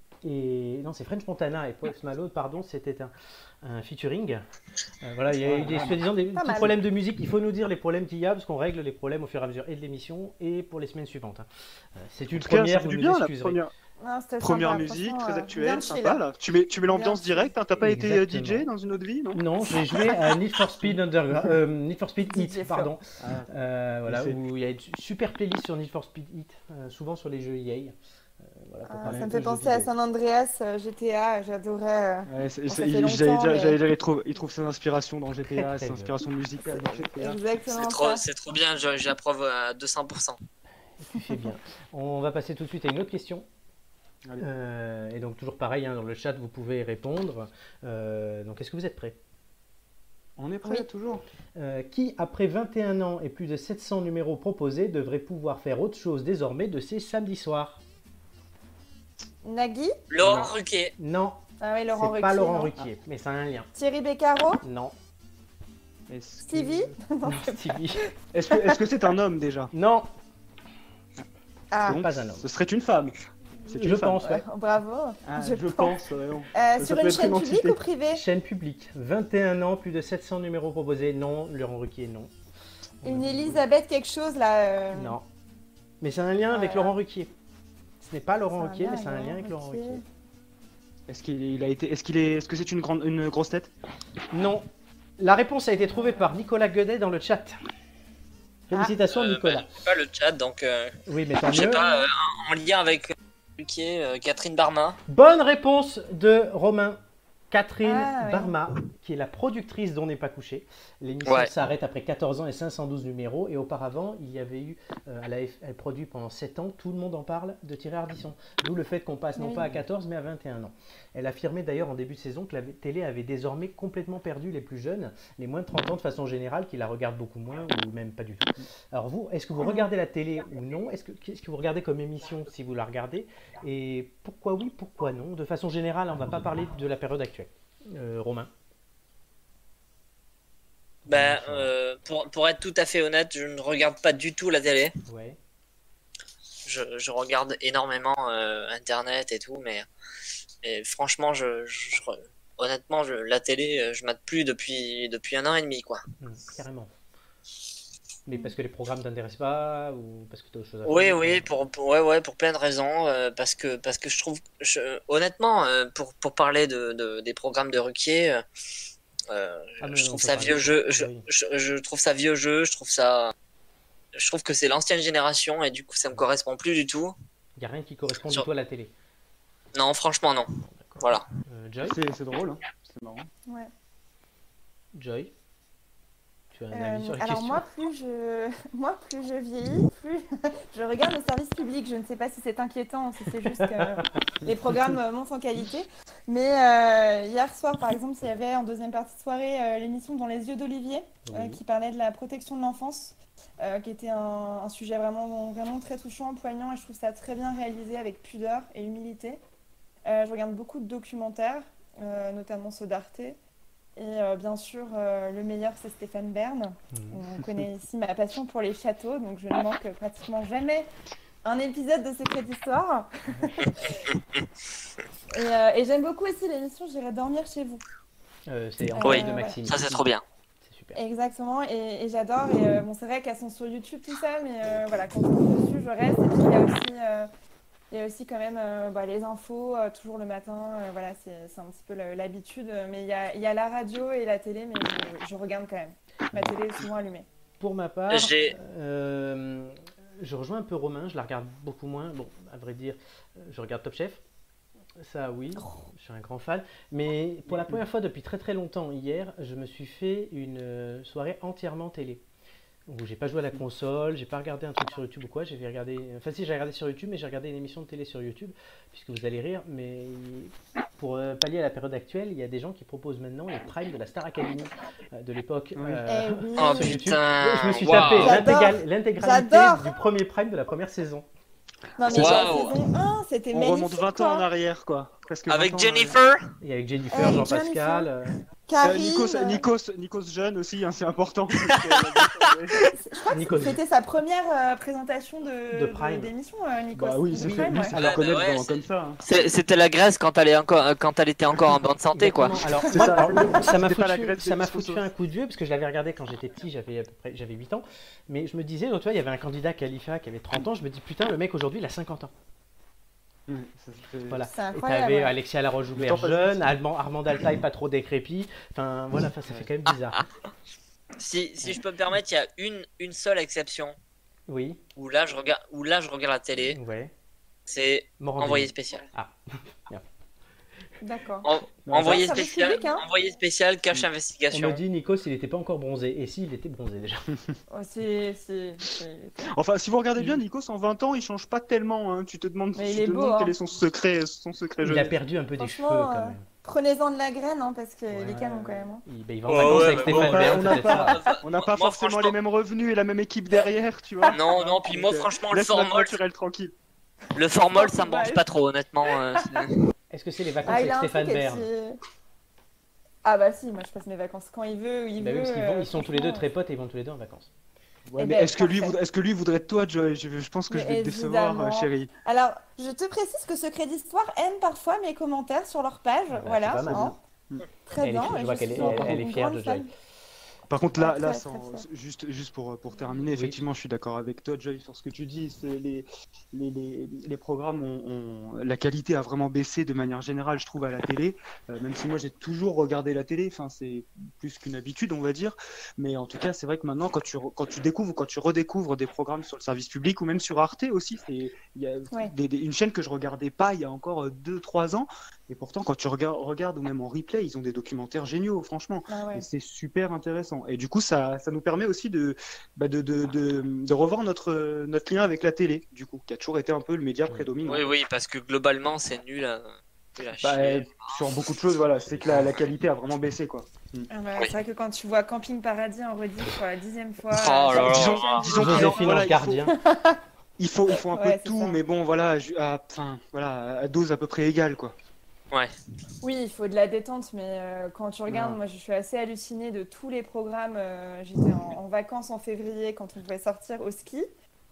et non c'est French Montana et Post Malone, pardon, c'était un featuring. Voilà, il y a eu des petits problèmes de musique. Il faut nous dire les problèmes qu'il y a parce qu'on règle les problèmes au fur et à mesure et de l'émission et pour les semaines suivantes. C'est une première, vous nous excuserez. Première musique, très actuelle, sympa là. Tu mets l'ambiance directe, hein. T'as pas été DJ dans une autre vie, non? Non, j'ai joué à Need for Speed Need for Speed Heat, pardon. Voilà, où il y a une super playlist sur Need for Speed Heat, souvent sur les jeux EA. Voilà, ça me fait penser à San Andreas, GTA, j'adorais. J'allais dire, il trouve ses inspirations dans GTA, ses inspirations musicales dans GTA. Exactement. C'est trop bien, j'approuve à 200%. Tu fais bien. On va passer tout de suite à une autre question. Et donc toujours pareil, hein, dans le chat vous pouvez répondre. Donc est-ce que vous êtes prêts? On est prêts, toujours. Qui, après 21 ans et plus de 700 numéros proposés, devrait pouvoir faire autre chose désormais de ces samedis soirs? Nagui? Laurent Ruquier. Non, Ah oui, Laurent c'est Ruquier. pas Laurent non. Ruquier, mais ça a un lien. Thierry Beccaro? Non, Stevie? non, Stevie. Est-ce que c'est un homme déjà? Non, Ah, Donc, pas un homme. ce serait une femme. C'est Je une femme. pense, ouais. bravo. Ah, Je je pense. pense, ouais, non. Sur peut une être chaîne une publique entité. ou privée? Chaîne publique, 21 ans, plus de 700 numéros proposés. Non, Laurent Ruquier, non. Une Elisabeth quelque chose là. Non. Mais c'est un lien avec Voilà. Laurent Ruquier. Ce n'est pas Laurent C'est un Ruquier, lien mais c'est un avec lien avec Laurent Laurent Ruquier. Ruquier. Est-ce que c'est une grosse tête? Non. La réponse a été trouvée par Nicolas Guedet dans le chat. Félicitations, Nicolas. Je sais pas le chat, donc Oui, mais tant je sais mieux. pas, en lien avec Ruquier, Catherine Barma. Bonne réponse de Romain. Catherine Ah, ouais. Barma, qui est la productrice d'On n'est pas couché. L'émission Ouais. s'arrête après 14 ans et 512 numéros. Et auparavant, il y avait eu, elle produit pendant 7 ans, tout le monde en parle, de Thierry Ardisson. D'où le fait qu'on passe non Oui. pas à 14, mais à 21 ans. Elle affirmait d'ailleurs en début de saison que la télé avait désormais complètement perdu les plus jeunes, les moins de 30 ans de façon générale, qui la regardent beaucoup moins ou même pas du tout. Alors vous, est-ce que vous regardez la télé ou non? Qu'est-ce que vous regardez comme émission si vous la regardez? Et pourquoi oui, pourquoi non? De façon générale, on ne va pas parler de la période actuelle. Romain. Ben, pour être tout à fait honnête, je ne regarde pas du tout la télé. Ouais. Je regarde énormément Internet et tout, mais franchement, honnêtement, la télé, je mate plus depuis 1 an et demi, quoi. Carrément. Mais parce que les programmes t'intéressent pas ou parce que tu as autre chose à faire? Oui, pour plein de raisons. Parce que je trouve, honnêtement, pour parler des programmes de Ruquier, mais je on trouve peut ça parler vieux de- jeu. oui. Je trouve ça vieux jeu. Je trouve que c'est l'ancienne génération et du coup, ça me correspond plus du tout. Il n'y a rien qui correspond du Sur- tout à la télé. Non, franchement, non. D'accord. Voilà. Joy, C'est drôle, hein. C'est marrant. Ouais. Joy, tu as un avis sur la Alors question? moi, plus je vieillis, plus je regarde le service public. Je ne sais pas si c'est inquiétant ou si c'est juste que les programmes montent en qualité. Mais hier soir, par exemple, il y avait en deuxième partie de soirée l'émission Dans les yeux d'Olivier Oui. qui parlait de la protection de l'enfance, qui était un sujet vraiment, vraiment très touchant, poignant, et je trouve ça très bien réalisé avec pudeur et humilité. Je regarde beaucoup de documentaires, notamment ceux d'Arte. Et bien sûr, le meilleur, c'est Stéphane Bern. On connaît ici ma passion pour les châteaux, donc je ne manque pratiquement jamais un épisode de Secret d'Histoire. Et j'aime beaucoup aussi l'émission J'irai dormir chez vous. C'est en Oui, de Maxime. Ça, c'est trop bien. C'est super. Exactement, et j'adore. Et bon, c'est vrai qu'elles sont sur YouTube, tout ça, mais voilà, quand je tombe dessus, je reste. Et puis il y a aussi quand même les infos, toujours le matin. Voilà, c'est un petit peu l'habitude. Mais il y a la radio et la télé, mais je regarde quand même. Ma télé est souvent allumée. Pour ma part, J'ai- je rejoins un peu Romain, je la regarde beaucoup moins. Bon, à vrai dire, je regarde Top Chef. Ça, oui, je suis un grand fan. Mais pour la première fois depuis très très longtemps, hier, je me suis fait une soirée entièrement télé. Où j'ai pas joué à la console, j'ai pas regardé un truc sur YouTube ou quoi. J'ai regardé, enfin si, j'ai regardé sur YouTube, mais j'ai regardé une émission de télé sur YouTube, puisque vous allez rire. Mais pour pallier à la période actuelle, il y a des gens qui proposent maintenant les primes de la Star Academy de l'époque Oui. Eh oui. Oh sur YouTube. putain. Je me suis Waouh. tapé J'adore. l'intégralité J'adore. du premier prime de la première saison. Non, mais Waouh. la saison 1, c'était On magnifique. remonte 20 ans en quoi. arrière, quoi. Presque 20 Avec ans, Jennifer. Et avec Jennifer, Avec Jean-Pascal. Karine, Nikos jeune aussi, hein, c'est important. je crois que Nicolas. c'était sa première présentation De Prime. d'émission, Nikos. Bah oui, De c'est Prime, ouais. ça la connaît ouais, vraiment c'est- comme ça. Hein. C'était la Grèce quand elle était encore en bonne santé, quoi. Exactement. Alors, C'est moi, ça. alors, ça m'a C'était pas la foutu, Grèce ça m'a des foutu Discosos. un coup de vieux parce que je l'avais regardé quand j'étais petit, j'avais 8 ans. Mais je me disais, donc, tu vois, il y avait un candidat Khalifa qui avait 30 ans. Je me dis, putain, le mec aujourd'hui, il a 50 ans. Voilà. C'est Et incroyable. t'avais ouais. Alexia Laroche-Joubert Le temps passe jeune, vite. Armand Altaï pas trop décrépit. Enfin, voilà, ça fait quand même bizarre. Si je peux me permettre, il y a une seule exception Oui, où là je regarde la télé, ouais. c'est Morandini. Envoyé spécial. D'accord. Envoyé ça, service spécial, public, hein. Envoyé spécial, cache On investigation. me dit, Nikos, il était pas encore bronzé. Et si, il était bronzé déjà. Oh, Enfin, si vous regardez bien, Nikos, en 20 ans, il change pas tellement. Hein. Tu te demandes, Mais il tu est te beau, demandes hein. quel est son secret Il a jeunesse. perdu un peu des cheveux Franchement, quand même. Prenez-en de la graine, hein, parce que Ouais. les canons quand même. Hein. Il va en Ouais, vacances ouais, avec mais Stéphane bon, Bern, on n'a c'est peut-être ça. On n'a pas Moi, forcément franchement- les mêmes revenus et la même équipe derrière, tu vois. Non, puis moi, Donc, franchement, le laisse notre formol, naturel tranquille. Le formol, ça me branche pas trop, honnêtement. Est-ce que c'est les vacances Ah, il avec a un Stéphane truc Bern? Ah bah si, moi je passe mes vacances quand il veut, où il Bah oui, veut. parce qu'ils ils sont tous les deux franchement, très potes et ils vont tous les deux en vacances. Ouais, Eh mais ben, est-ce que parfait. lui voudrait de toi, Joy? Je pense que je vais Mais te décevoir, évidemment. chérie. Alors, je te précise que Secret d'Histoire aime parfois mes commentaires sur leur page, Ah bah, voilà. c'est pas mal. hein. Mm. Très Elle est bien. fière, je et vois je qu'elle est, suis elle est une fière grande de Joy. fan. Par contre, Ah, là, très, très fière. juste pour terminer, effectivement, je suis d'accord avec toi, Joy, sur ce que tu dis. Les programmes la qualité a vraiment baissé de manière générale, je trouve, à la télé. Même si moi, j'ai toujours regardé la télé, enfin, c'est plus qu'une habitude, on va dire. Mais en tout cas, c'est vrai que maintenant, quand tu découvres ou quand tu redécouvres des programmes sur le service public ou même sur Arte aussi, il y a Ouais. une chaîne que je regardais pas il y a encore 2-3 ans. Et pourtant, quand tu regardes ou même en replay, ils ont des documentaires géniaux, franchement. Ah ouais. Et c'est super intéressant. Et du coup, ça nous permet aussi de revoir notre lien avec la télé, du coup, qui a toujours été un peu le média prédominant. Oui, parce que globalement, c'est nul à Bah, chier. sur beaucoup de choses, voilà, c'est que la qualité a vraiment baissé, quoi. Ah bah, Oui. c'est vrai que quand tu vois Camping Paradis en rediff pour la 10e fois, Oh là là. Disons qu'il Joséphine voilà, Ange Gardien. il faut un peu Ouais, de c'est tout, ça. mais bon, voilà, à dose à peu près égale, quoi. Ouais. Oui, il faut de la détente, mais quand tu regardes, Ouais. moi je suis assez hallucinée de tous les programmes. J'étais en vacances en février quand on pouvait sortir au ski.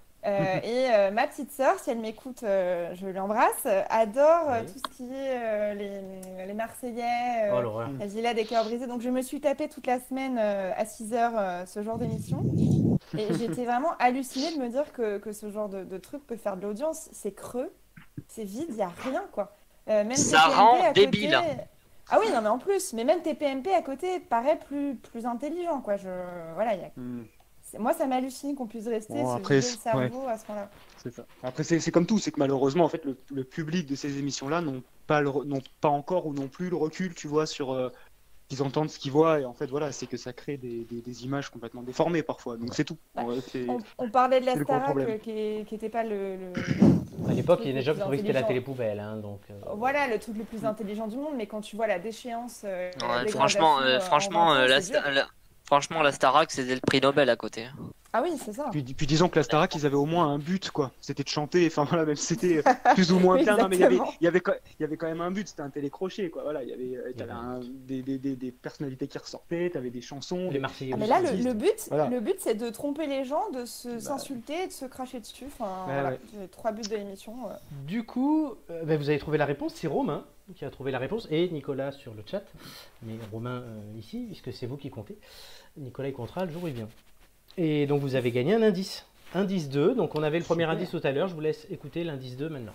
Ma petite sœur, si elle m'écoute, je l'embrasse, adore Oui. tout ce qui est les Marseillais, Oh l'horreur. la Villa des cœurs brisés. Donc je me suis tapée toute la semaine à 6h ce genre d'émission. Et j'étais vraiment hallucinée de me dire que ce genre de truc peut faire de l'audience. C'est creux, c'est vide, il n'y a rien quoi. Même Ça TPMP rend à débile. côté. Ah oui, non mais en plus, mais même TPMP à côté paraît plus intelligent quoi. Voilà, Hmm. moi ça m'hallucine qu'on puisse rester Bon, se après, vider le cerveau à ce point-là. C'est ça. Après, c'est comme tout, c'est que malheureusement, en fait, le public de ces émissions-là n'ont pas encore ou non plus le recul, tu vois, sur qu'ils entendent ce qu'ils voient, et en fait, voilà, c'est que ça crée des images complètement déformées parfois. Donc c'est tout. Ouais. Ouais, On parlait de la c'est le gros Starac problème. qui n'était pas À l'époque, truc il y a des le gens plus qui trouvaient que c'était la intelligent. télé poubelle. Hein, donc, Voilà, le truc le plus intelligent du monde, mais quand tu vois la déchéance, Ouais, dégradation, franchement, en 20 ans, la, c'est dur. franchement, la Starac, c'était le prix Nobel à côté. Ah oui, c'est ça. Puis disons que la Starac, ils avaient au moins un but, quoi. C'était de chanter, enfin voilà, même si c'était plus ou moins Oui, bien, non, mais exactement. il y avait quand même un but, c'était un télécrochet, quoi. Voilà, t'avais des personnalités qui ressortaient, t'avais des chansons. les Marseillais Ah, mais aussi. là, artistes. le Voilà. but, c'est de tromper les gens, de s'insulter, de se cracher dessus. Enfin, Ouais, voilà, ouais. les 3 buts de l'émission. Du coup, vous avez trouvé la réponse. C'est Romain qui a trouvé la réponse et Nicolas sur le chat. Mais Romain ici, puisque c'est vous qui comptez. Nicolas, il comptera le jour où il vient. Et donc, vous avez gagné un indice. Indice 2. Donc, on avait le premier Super. indice tout à l'heure. Je vous laisse écouter l'indice 2 maintenant.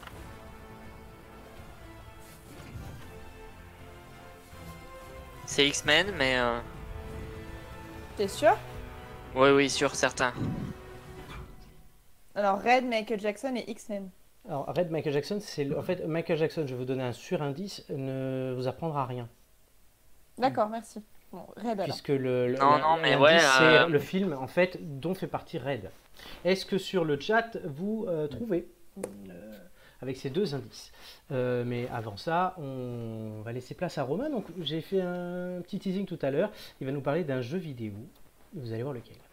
C'est X-Men, mais T'es sûr? oui, sûr, certain. Alors, Red, Michael Jackson et X-Men. Alors, Red Michael Jackson, en fait, Michael Jackson, je vais vous donner un surindice, ne vous apprendra rien. D'accord, merci. Bon, Red alors. Puisque le Non, mais l'indice, ouais, c'est le film, en fait, dont fait partie Red. Est-ce que sur le chat, vous trouvez avec ces deux indices? Mais avant ça, on va laisser place à Romain. Donc, j'ai fait un petit teasing tout à l'heure. Il va nous parler d'un jeu vidéo. Vous allez voir lequel.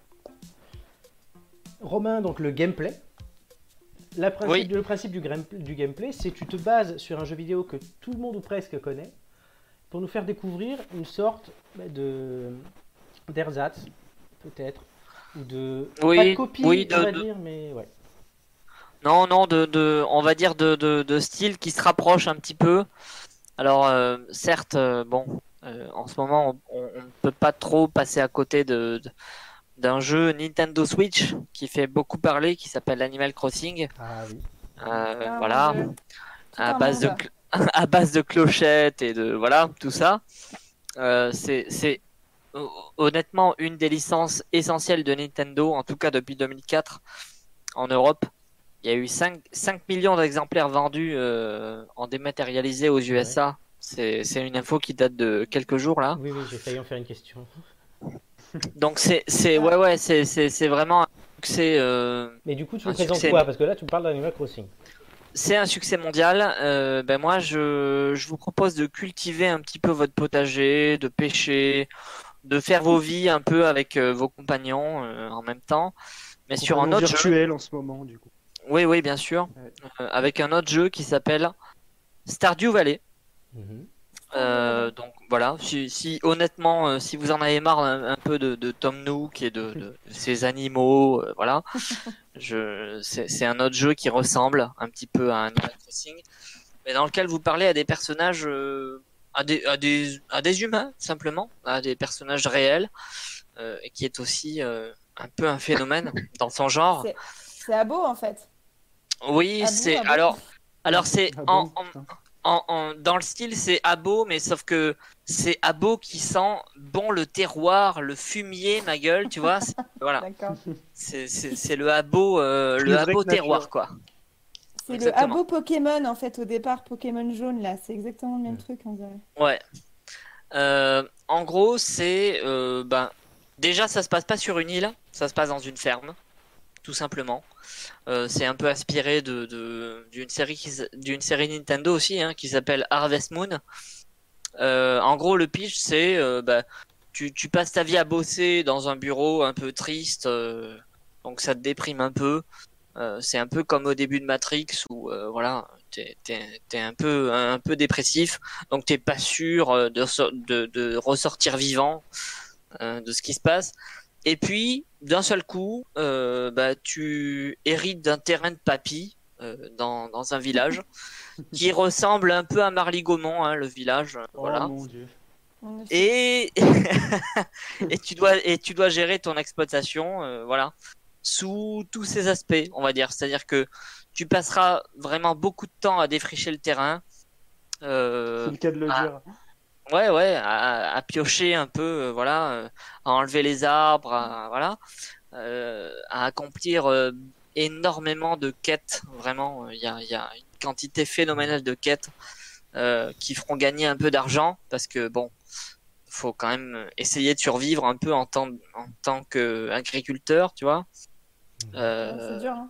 Romain, donc le gameplay. Oui. Le principe du gameplay, c'est que tu te bases sur un jeu vidéo que tout le monde ou presque connaît pour nous faire découvrir une sorte d'ersatz, peut-être, ou de... Oui, pas de copie, oui, on va dire, mais ouais. Non, on va dire de style qui se rapproche un petit peu. Alors, certes, en ce moment, on ne peut pas trop passer à côté d'un jeu Nintendo Switch qui fait beaucoup parler, qui s'appelle Animal Crossing. Ah oui. Ah, Voilà, mon Dieu. Tout à un base monde. à base de clochettes et de voilà tout ça. C'est honnêtement une des licences essentielles de Nintendo, en tout cas depuis 2004 en Europe. Il y a eu 5 millions d'exemplaires vendus en dématérialisé aux USA. C'est une info qui date de quelques jours là. Oui, j'ai failli en faire une question. Donc c'est vraiment un succès. Mais du coup, tu Un me présentes succès. quoi? Parce que là, tu me parles d'Animal Crossing. C'est un succès mondial. Moi, je vous propose de cultiver un petit peu votre potager, de pêcher, de faire vos vies un peu avec vos compagnons en même temps. Mais sur un Compagnon autre jeu. virtuel en ce moment, du coup. Oui, bien sûr. Ouais. Avec un autre jeu qui s'appelle Stardew Valley. Mhm. Donc voilà, si honnêtement, si vous en avez marre un peu de Tom Nook et de ces animaux, voilà, c'est un autre jeu qui ressemble un petit peu à Animal Crossing, mais dans lequel vous parlez à des personnages, à des humains simplement, à des personnages réels, et qui est aussi un peu un phénomène dans son genre. C'est Abo en fait. Oui, Abo, Abo. alors c'est Ah bon, putain. dans le style, c'est abo, mais sauf que c'est abo qui sent bon le terroir, le fumier, ma gueule, tu vois. Voilà, D'accord. c'est le abo, Plus vrai que terroir, nature. quoi. C'est le Exactement. Abo Pokémon en fait au départ, Pokémon jaune là. C'est exactement le même truc on dirait. Ouais. En gros, c'est déjà ça se passe pas sur une île, ça se passe dans une ferme, tout simplement. C'est un peu inspiré d'une série Nintendo aussi, hein, qui s'appelle Harvest Moon. En gros, le pitch, c'est tu passes ta vie à bosser dans un bureau un peu triste, donc ça te déprime un peu. C'est un peu comme au début de Matrix où voilà, t'es un peu dépressif, donc t'es pas sûr de ressortir vivant de ce qui se passe. Et puis, d'un seul coup, tu hérites d'un terrain de papy dans un village qui ressemble un peu à Marly-Gaumont, hein, le village, Oh voilà. mon dieu. On ne sait- Et et tu dois gérer ton exploitation, voilà, sous tous ces aspects, on va dire. C'est-à-dire que tu passeras vraiment beaucoup de temps à défricher le terrain, C'est euh, le cas de le à, dire. ouais, à piocher un peu, voilà, à enlever les arbres, voilà, à accomplir énormément de quêtes. Vraiment, il y a une quantité phénoménale de quêtes qui feront gagner un peu d'argent parce que bon, faut quand même essayer de survivre un peu en tant qu'agriculteur, tu vois. Ouais, c'est Euh, dur hein.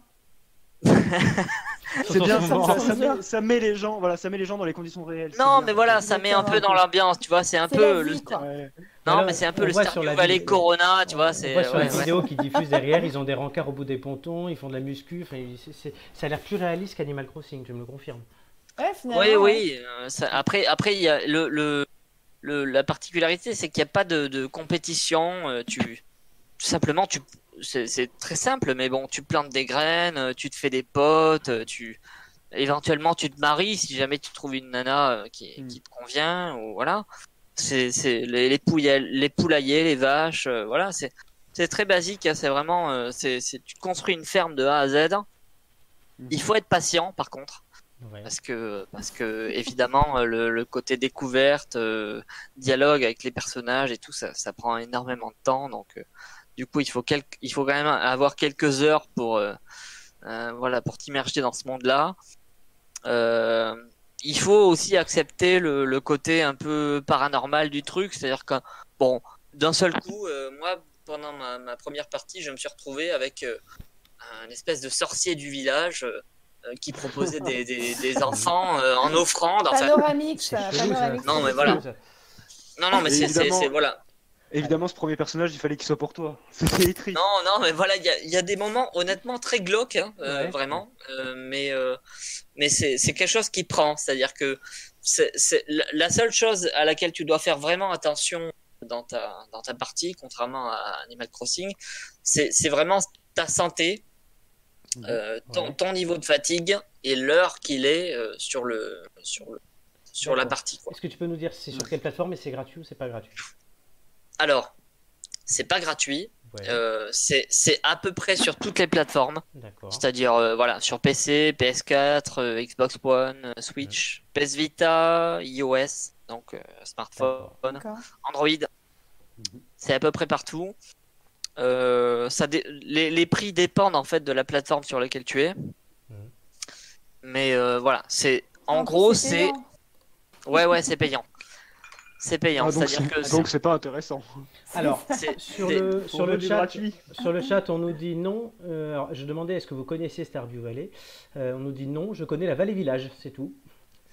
C'est bien, Surtout en ce moment. ça met les gens, voilà, ça met les gens dans les conditions réelles. C'est Non, bien. mais voilà, ça met un peu dans l'ambiance, tu vois. C'est un C'est la peu vie quoi. Ouais. non, Alors, mais c'est un peu on le voit sur Stardew la Valley vidéo- Corona, tu vois. on C'est voit sur la ouais, ouais. vidéo qui diffuse derrière, ils ont des rencarts au bout des pontons, ils font de la muscu. Enfin, ça a l'air plus réaliste qu'Animal Crossing, je me le confirme. Ouais, finalement. Oui, Ouais. oui. Après, il y a la particularité, c'est qu'il n'y a pas de compétition. Tout simplement, c'est très simple, mais bon, tu plantes des graines, tu te fais des potes, éventuellement tu te maries si jamais tu trouves une nana qui te convient, ou voilà. C'est les poulaillers, les vaches, voilà, c'est très basique, hein, c'est vraiment, tu construis une ferme de A à Z. Il faut être patient, par contre. Ouais. Parce que évidemment le côté découverte, dialogue avec les personnages et tout ça prend énormément de temps, donc du coup il faut quand même avoir quelques heures pour voilà, pour t'immerger dans ce monde-là. Euh, il faut aussi accepter le côté un peu paranormal du truc, c'est-à-dire que bon, d'un seul coup, moi pendant ma première partie, je me suis retrouvé avec un espèce de sorcier du village qui proposait des enfants en offrande. Enfin, Panoramique, C'est ça. chelou, ça. Panoramique. Non, mais C'est voilà. chelou, ça. non, mais Et évidemment- voilà. Évidemment, ce premier personnage, il fallait qu'il soit pour toi. C'était triste. Non, mais voilà, il y a des moments honnêtement très glauques, hein, Ouais. vraiment. Mais c'est quelque chose qui prend, c'est-à-dire que c'est la seule chose à laquelle tu dois faire vraiment attention dans ta partie, contrairement à Animal Crossing, c'est vraiment ta santé, ton niveau de fatigue et l'heure qu'il est sur la D'accord. partie, quoi. Est-ce que tu peux nous dire c'est sur quelle plateforme et c'est gratuit ou c'est pas gratuit? Alors, c'est pas gratuit. Ouais, C'est à peu près sur toutes les plateformes, d'accord. c'est-à-dire voilà, sur PC, PS4, Xbox One, Switch, PS Vita, iOS, donc smartphone, D'accord. Android, c'est à peu près partout. Les prix dépendent en fait de la plateforme sur laquelle tu es, mais voilà, c'est en En gros plus, c'est payant. ouais, c'est payant. C'est payant, Ah, donc c'est-à-dire que donc c'est pas intéressant. Alors, c'est- sur c'est- le Pour du chat, gratuit. sur le chat, on nous dit non. Alors, je demandais est-ce que vous connaissiez Stardew Valley. On nous dit non. Je connais la Vallée Village, c'est tout.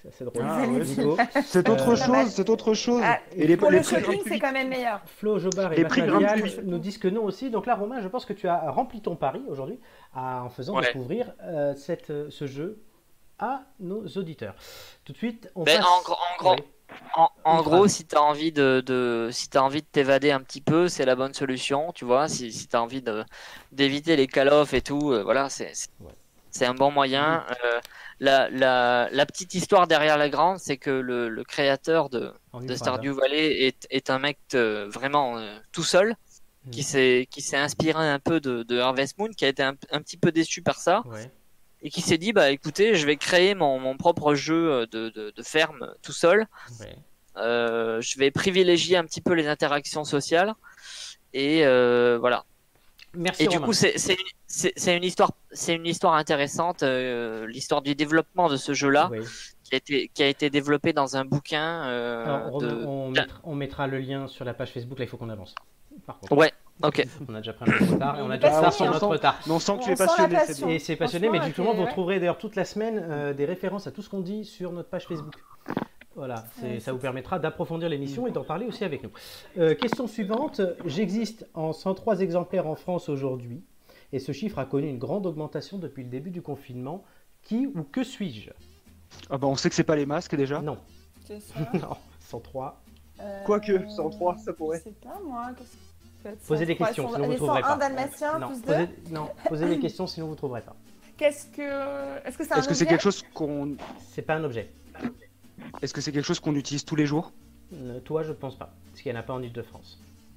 C'est drôle. Ah, ouais, Nico. C'est autre Pas mal. chose, c'est autre chose. Ah, Et les pour le prix grimpent shopping, plus c'est vite. quand même meilleur. Flo Jobard et Les prix Matt grimpent Vial plus vite. nous disent que non aussi. Donc là, Romain, je pense que tu as rempli ton pari aujourd'hui en faisant Ouais. découvrir ce jeu à nos auditeurs. Tout de suite, on Ben, passe... en gros, Ouais. En Une gros, phrase. si tu as envie si t'as envie de t'évader un petit peu, c'est la bonne solution, tu vois. Si tu as envie d'éviter les call-off et tout, voilà, Ouais. c'est un bon moyen. La petite histoire derrière la grande, c'est que le créateur de Ennui Stardew Parada. Valley est un mec vraiment tout seul, qui s'est inspiré un peu de Harvest Moon, qui a été un petit peu déçu par ça, Ouais. et qui s'est dit, bah écoutez, je vais créer mon propre jeu de ferme tout seul. Ouais. Je vais privilégier un petit peu les interactions sociales et voilà. Merci Et du Romain. coup, c'est une histoire intéressante, l'histoire du développement de ce jeu-là, Oui. qui a été développé dans un bouquin Alors Romain, de. on mettra le lien sur la page Facebook. Là, il faut qu'on avance. Par contre. Ouais, ok. On a déjà pris un peu de retard et on a Il est déjà pas retard fini, sur hein. notre retard. Mais on sent que tu On es sent la passionné, c'est passion. bien. Et c'est passionné, mais Franchement, justement, vous ouais. retrouverez d'ailleurs toute la semaine des références à tout ce qu'on dit sur notre page Facebook. Voilà, Ouais, ça vous permettra d'approfondir l'émission et d'en parler aussi avec nous. Question suivante. J'existe en 103 exemplaires en France aujourd'hui et ce chiffre a connu une grande augmentation depuis le début du confinement. Qui ou que suis-je? Ah bah on sait que c'est pas les masques déjà. Non, C'est ça. non, 103. Quoique, 103, ça pourrait. Je sais pas moi. Qu'est-ce que ça peut être Posez des 103, questions, sinon vous ne les trouverez 101 pas. dalmatiens Non, plus 2. posez des questions, sinon vous ne trouverez pas. Est-ce que c'est un Est-ce que c'est objet quelque chose qu'on C'est pas un objet. Est-ce que c'est quelque chose qu'on utilise tous les jours? Toi, je ne pense pas, parce qu'il n'y en a pas en Ile-de-France.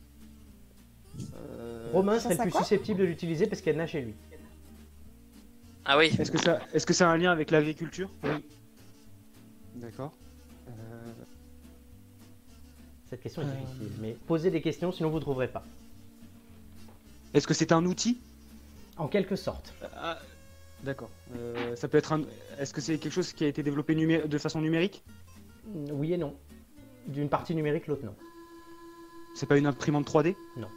Romain serait le ça plus quoi susceptible de l'utiliser parce qu'elle n'a chez lui. Ah oui. Est-ce que ça a un lien avec l'agriculture? Oui. D'accord. Cette question est difficile, mais posez des questions, sinon vous ne trouverez pas. Est-ce que c'est un outil? En quelque sorte. D'accord. Ça peut être un. Est-ce que c'est quelque chose qui a été développé de façon numérique? Oui et non. D'une partie numérique, l'autre non. C'est pas une imprimante 3D?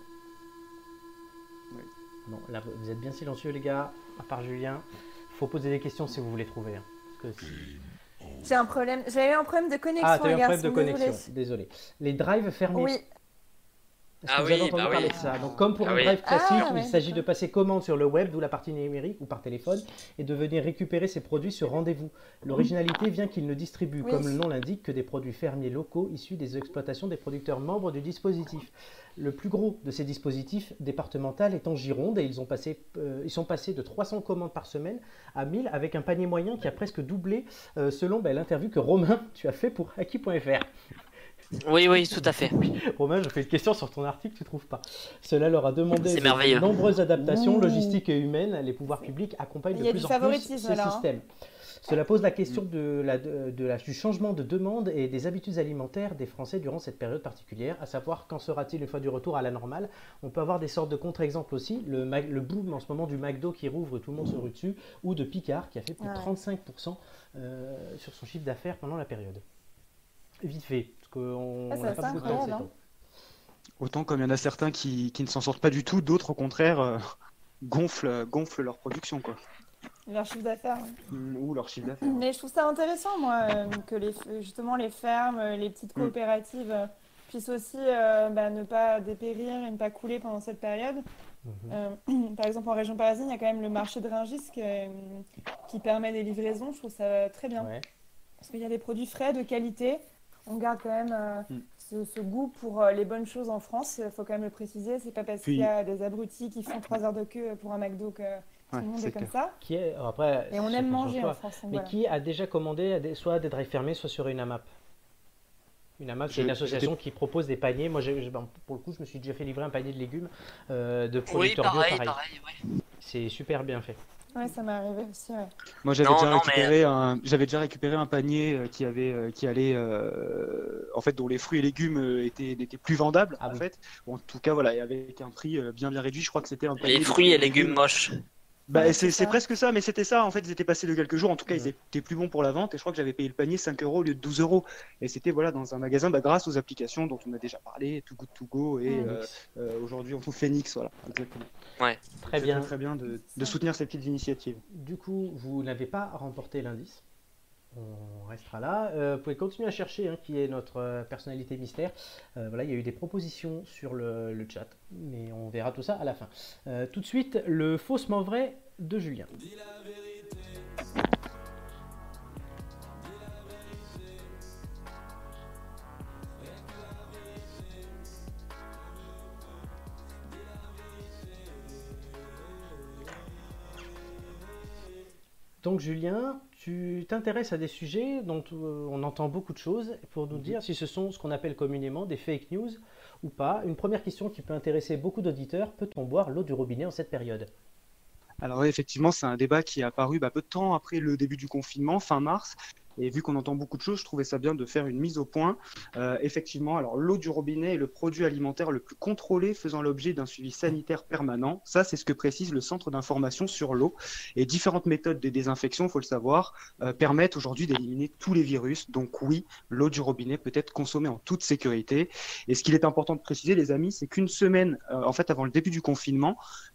Bon, là, vous êtes bien silencieux, les gars, à part Julien. Faut poser des questions si vous voulez trouver. Hein. Parce que J'ai un problème. J'avais eu un problème de connexion. Ah, t'as eu un les problème de garçons, connexion. désolée. Désolé. Les drives fermés. Oui. Est-ce que Ah vous avez oui, entendu bah parler oui. de ça? Donc, comme pour Ah un oui. drive classique, Ah, où ouais, il s'agit de d'accord. passer commande sur le web, d'où la partie numérique ou par téléphone, et de venir récupérer ses produits sur rendez-vous. L'originalité vient qu'il ne distribue, Oui. comme le nom l'indique, que des produits fermiers locaux issus des exploitations des producteurs membres du dispositif. Le plus gros de ces dispositifs départementaux est en Gironde et ils sont passés de 300 commandes par semaine à 1000 avec un panier moyen qui a presque doublé selon l'interview que Romain, tu as fait pour Aki.fr. Oui, tout à fait. Romain, je fais une question sur ton article, tu trouves pas. Cela leur a demandé C'est de merveilleux. nombreuses adaptations Ouh. logistiques et humaines. Les pouvoirs publics accompagnent Il y de a plus du en plus favoritisme, ces là, hein. systèmes. Cela pose la question du changement de demande et des habitudes alimentaires des Français durant cette période particulière, à savoir quand sera-t-il une fois du retour à la normale. On peut avoir des sortes de contre-exemples aussi, le boom en ce moment du McDo qui rouvre, tout le monde se rue dessus, ou de Picard qui a fait plus de 35% sur son chiffre d'affaires pendant la période. Vite fait, parce qu'on ça, n'a c'est pas beaucoup de temps. incroyable, Autant comme il y en a certains qui ne s'en sortent pas du tout, d'autres au contraire gonflent leur production quoi. Leur chiffre d'affaires. Ouais. Ou leur chiffre d'affaires. Mais je trouve ça intéressant, moi, que justement les fermes, les petites coopératives puissent aussi ne pas dépérir et ne pas couler pendant cette période. Par exemple, en région parisienne, il y a quand même le marché de Rungis qui permet des livraisons. Je trouve ça très bien. Ouais. Parce qu'il y a des produits frais, de qualité. On garde quand même ce goût pour les bonnes choses en France. Il faut quand même le préciser. C'est pas parce qu'il y a des abrutis qui font 3 heures de queue pour un McDo que tout le monde est comme ça. Qui est, après, Et on c'est aime chacun son manger choix. en France. donc Mais voilà. qui a déjà commandé soit des drives fermés, soit sur une AMAP? Une AMAP, c'est une association qui propose des paniers. Moi, pour le coup, je me suis déjà fait livrer un panier de légumes de Oui, producteurs bio, pareil. pareil. Ouais. C'est super bien fait. Ouais, ça m'est arrivé aussi. Ouais. Moi j'avais Non, déjà récupéré un panier qui allait en fait dont les fruits et légumes n'étaient plus vendables Ah en oui. fait. Bon, en tout cas voilà, et avec un prix bien réduit. Je crois que c'était un panier Les de fruits et légumes moches. Bah, Ouais, c'est c'est ça. presque ça, mais c'était ça. En fait, ils étaient passés de quelques jours. En tout cas, ils Mhm. étaient plus bons pour la vente. Et je crois que j'avais payé le panier 5 euros au lieu de 12 euros. Et c'était voilà, dans un magasin grâce aux applications dont on a déjà parlé, Too Good To Go. Et aujourd'hui, on trouve Phoenix. Voilà, exactement. Très C'est bien. très bien de soutenir ces petites initiatives. Du coup, vous n'avez pas remporté l'indice. On restera là. Vous pouvez continuer à chercher qui est notre personnalité mystère. Voilà, il y a eu des propositions sur le chat, mais on verra tout ça à la fin. Tout de suite, le faussement vrai de Julien. Donc Julien, tu t'intéresses à des sujets dont on entend beaucoup de choses pour nous dire si ce sont ce qu'on appelle communément des fake news ou pas. Une première question qui peut intéresser beaucoup d'auditeurs, peut-on boire l'eau du robinet en cette période? Alors oui, effectivement, c'est un débat qui est apparu peu de temps après le début du confinement, fin mars. Et vu qu'on entend beaucoup de choses, je trouvais ça bien de faire une mise au point. Effectivement, alors l'eau du robinet est le produit alimentaire le plus contrôlé faisant l'objet d'un suivi sanitaire permanent. Ça, c'est ce que précise le Centre d'information sur l'eau. Et différentes méthodes de désinfection, il faut le savoir, permettent aujourd'hui d'éliminer tous les virus. Donc oui, l'eau du robinet peut être consommée en toute sécurité. Et ce qu'il est important de préciser, les amis, c'est qu'une semaine, en fait, avant le début du confinement,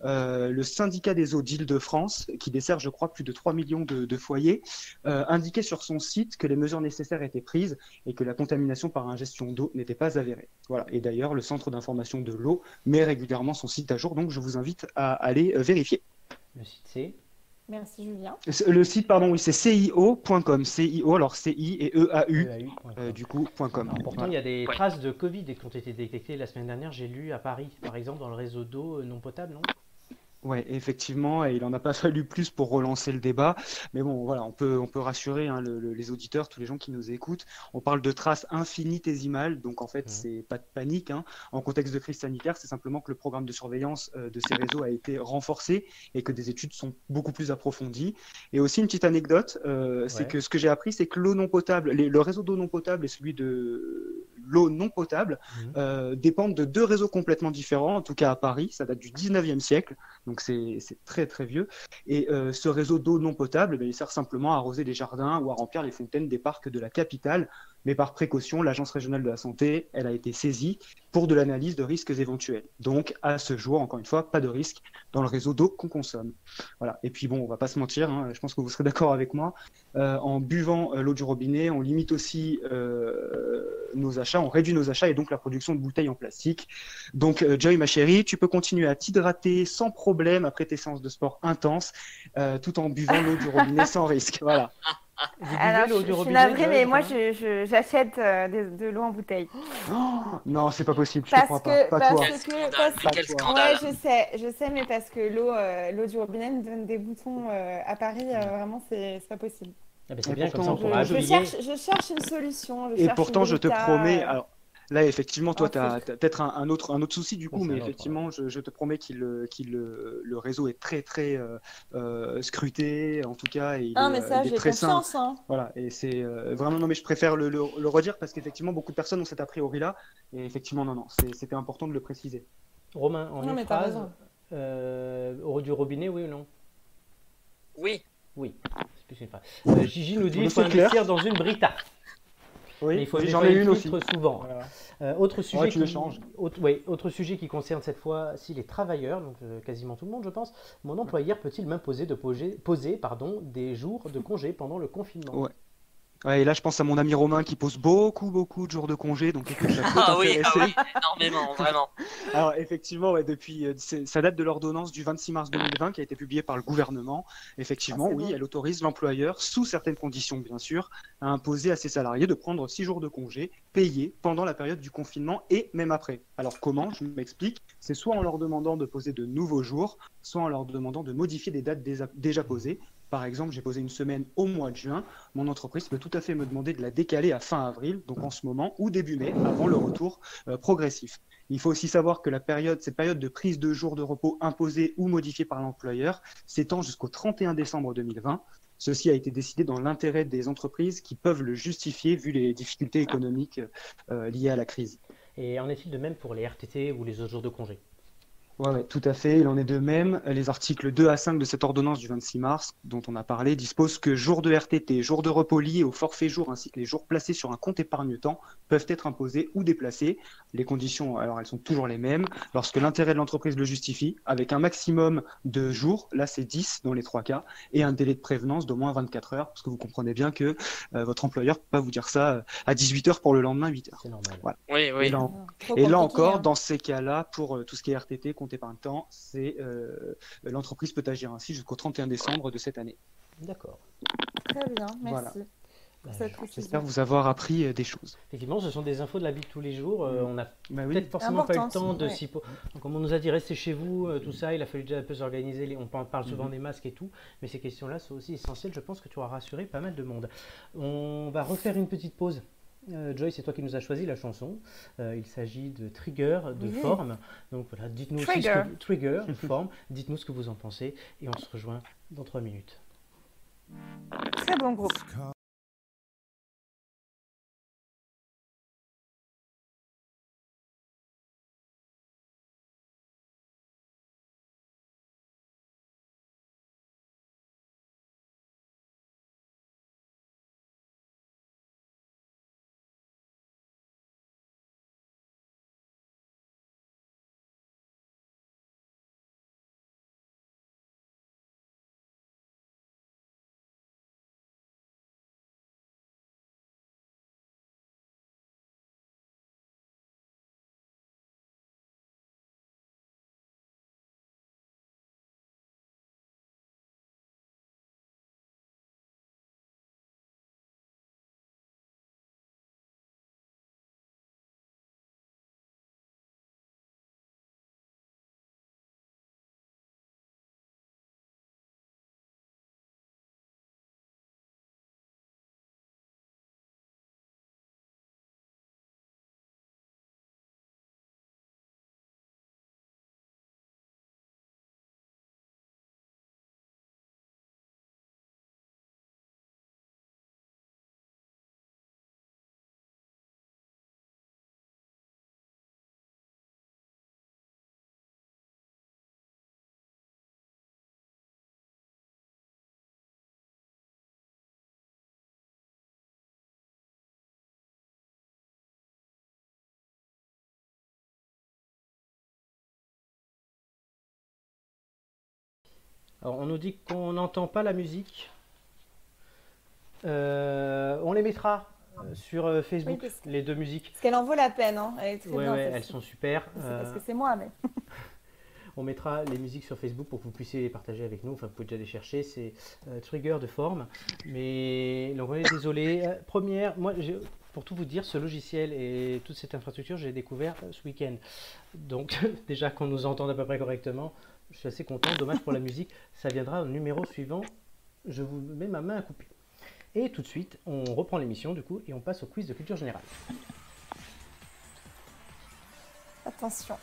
le syndicat des eaux d'Île-de-France, qui dessert, je crois, plus de 3 millions de foyers, indiquait sur son site que les mesures nécessaires étaient prises et que la contamination par ingestion d'eau n'était pas avérée. Voilà. Et d'ailleurs, le Centre d'information de l'eau met régulièrement son site à jour, donc je vous invite à aller vérifier. Le site c'est? Merci Julien. Le site, pardon, oui, c'est cio.com. CIO, alors CI et EAU, du coup, .com. Alors, pourtant, il y a des traces de Covid qui ont été détectées la semaine dernière. J'ai lu à Paris, par exemple, dans le réseau d'eau non potable, non? Ouais, effectivement, et il en a pas fallu plus pour relancer le débat. Mais bon, voilà, on peut rassurer les auditeurs, tous les gens qui nous écoutent. On parle de traces infinitésimales, donc en fait, c'est pas de panique. En contexte de crise sanitaire, c'est simplement que le programme de surveillance de ces réseaux a été renforcé et que des études sont beaucoup plus approfondies. Et aussi une petite anecdote, c'est que ce que j'ai appris, c'est que l'eau non potable, le réseau d'eau non potable et celui de l'eau non potable dépendent de deux réseaux complètement différents. En tout cas à Paris, ça date du 19e siècle. Donc c'est très très vieux. Et ce réseau d'eau non potable, il sert simplement à arroser les jardins ou à remplir les fontaines des parcs de la capitale. Mais par précaution, l'Agence régionale de la santé, elle a été saisie pour de l'analyse de risques éventuels. Donc à ce jour, encore une fois, pas de risque dans le réseau d'eau qu'on consomme. Voilà. Et puis bon, on va pas se mentir, je pense que vous serez d'accord avec moi. En buvant l'eau du robinet, on limite aussi nos achats, on réduit nos achats et donc la production de bouteilles en plastique. Donc Joy, ma chérie, tu peux continuer à t'hydrater sans problème après tes séances de sport intenses, tout en buvant l'eau du robinet sans risque. Voilà. Alors, je suis navrée, mais moi, j'achète de l'eau en bouteille. Oh, non, c'est pas possible, je te crois pas. Pas toi. Quel scandale. Ouais, je sais, mais parce que l'eau du robinet me donne des boutons à Paris, vraiment, c'est pas possible. Ah ben c'est bien, pourtant, comme ça on pourra ajouter. Je cherche une solution. Et pourtant, je te promets. Alors, là, effectivement, toi, tu as c'est- peut-être un autre souci du coup, c'est mais un autre, effectivement, je te promets le réseau est très, très scruté, en tout cas, et Ah, mais ça, il est j'ai très sain. confiance, hein. Voilà, et c'est vraiment, non, mais je préfère le redire parce qu'effectivement, beaucoup de personnes ont cet a priori-là, et effectivement, non, c'était important de le préciser. Romain, en Non, une mais t'as phrase, raison. eau du robinet, oui ou non? Oui. Oui, c'est plus une phrase. Gigi nous dit qu'il faut C'est clair. investir dans une Brita. Oui, Mais il faut j'en nettoyer ai une le aussi. filtre souvent. Voilà. Autre sujet tu le changes. autre sujet qui concerne cette fois-ci les travailleurs, donc quasiment tout le monde je pense. Mon employeur peut-il m'imposer de poser des jours de congé pendant le confinement? Ouais. Ouais, et là, je pense à mon ami Romain qui pose beaucoup de jours de congé, donc écoute, ça peut t'intéresser. Énormément, vraiment. Alors effectivement, ouais, depuis, ça date de l'ordonnance du 26 mars 2020 qui a été publiée par le gouvernement. Effectivement, c'est oui, beau. elle autorise l'employeur, sous certaines conditions bien sûr, à imposer à ses salariés de prendre 6 jours de congé payés pendant la période du confinement et même après. Alors comment? Je m'explique. C'est soit en leur demandant de poser de nouveaux jours, soit en leur demandant de modifier des dates déjà posées. Par exemple, j'ai posé une semaine au mois de juin. Mon entreprise peut tout à fait me demander de la décaler à fin avril, donc en ce moment, ou début mai, avant le retour progressif. Il faut aussi savoir que cette période de prise de jours de repos imposée ou modifiée par l'employeur s'étend jusqu'au 31 décembre 2020. Ceci a été décidé dans l'intérêt des entreprises qui peuvent le justifier vu les difficultés économiques liées à la crise. Et en est-il de même pour les RTT ou les autres jours de congé? Ouais, tout à fait. Il en est de même. Les articles 2 à 5 de cette ordonnance du 26 mars, dont on a parlé, disposent que jours de RTT, jours de repos liés au forfait jour, ainsi que les jours placés sur un compte épargne-temps, peuvent être imposés ou déplacés. Les conditions, alors elles sont toujours les mêmes. Lorsque l'intérêt de l'entreprise le justifie, avec un maximum de jours, là c'est 10 dans les 3 cas, et un délai de prévenance d'au moins 24 heures, parce que vous comprenez bien que votre employeur ne peut pas vous dire ça à 18 heures pour le lendemain 8 heures. C'est normal. Voilà. Oui, Et oui. là, Trop et là compliqué, encore, hein. dans ces cas-là, pour tout ce qui est RTT, compte épargne-temps, c'est l'entreprise peut agir ainsi jusqu'au 31 décembre de cette année. D'accord. Très bien, Voilà. merci pour Bah, cette J'espère précision. vous avoir appris des choses. Effectivement, ce sont des infos de la vie de tous les jours. On n'a Bah oui. peut-être forcément pas eu le Importante, temps de ouais. s'y... Donc, comme on nous a dit, restez chez vous, tout ça, il a fallu déjà un peu s'organiser. On parle souvent des masques et tout, mais ces questions-là sont aussi essentielles. Je pense que tu auras rassuré pas mal de monde. On va refaire une petite pause. Joy, c'est toi qui nous as choisi la chanson. Il s'agit de Trigger, de Oui. Forme. Donc voilà, dites-nous aussi Trigger, Forme. Dites-nous ce que vous en pensez et on se rejoint dans 3 minutes. Très bon groupe. Alors, on nous dit qu'on n'entend pas la musique. On les mettra sur Facebook, Oui, parce les deux musiques. Parce qu'elle en vaut la peine, hein. Elle est très Ouais, bien. ouais, celle-ci. elles sont super. C'est parce que c'est moi, mais. On mettra les musiques sur Facebook pour que vous puissiez les partager avec nous. Enfin, vous pouvez déjà les chercher. C'est Trigger de Forme. Mais donc, on est désolé. Première, moi, pour tout vous dire, ce logiciel et toute cette infrastructure, j'ai découvert ce week-end. Donc, déjà qu'on nous entende à peu près correctement, je suis assez content. Dommage pour la musique. Ça viendra au numéro suivant. Je vous mets ma main à couper. Et tout de suite, on reprend l'émission du coup et on passe au quiz de culture générale. Attention.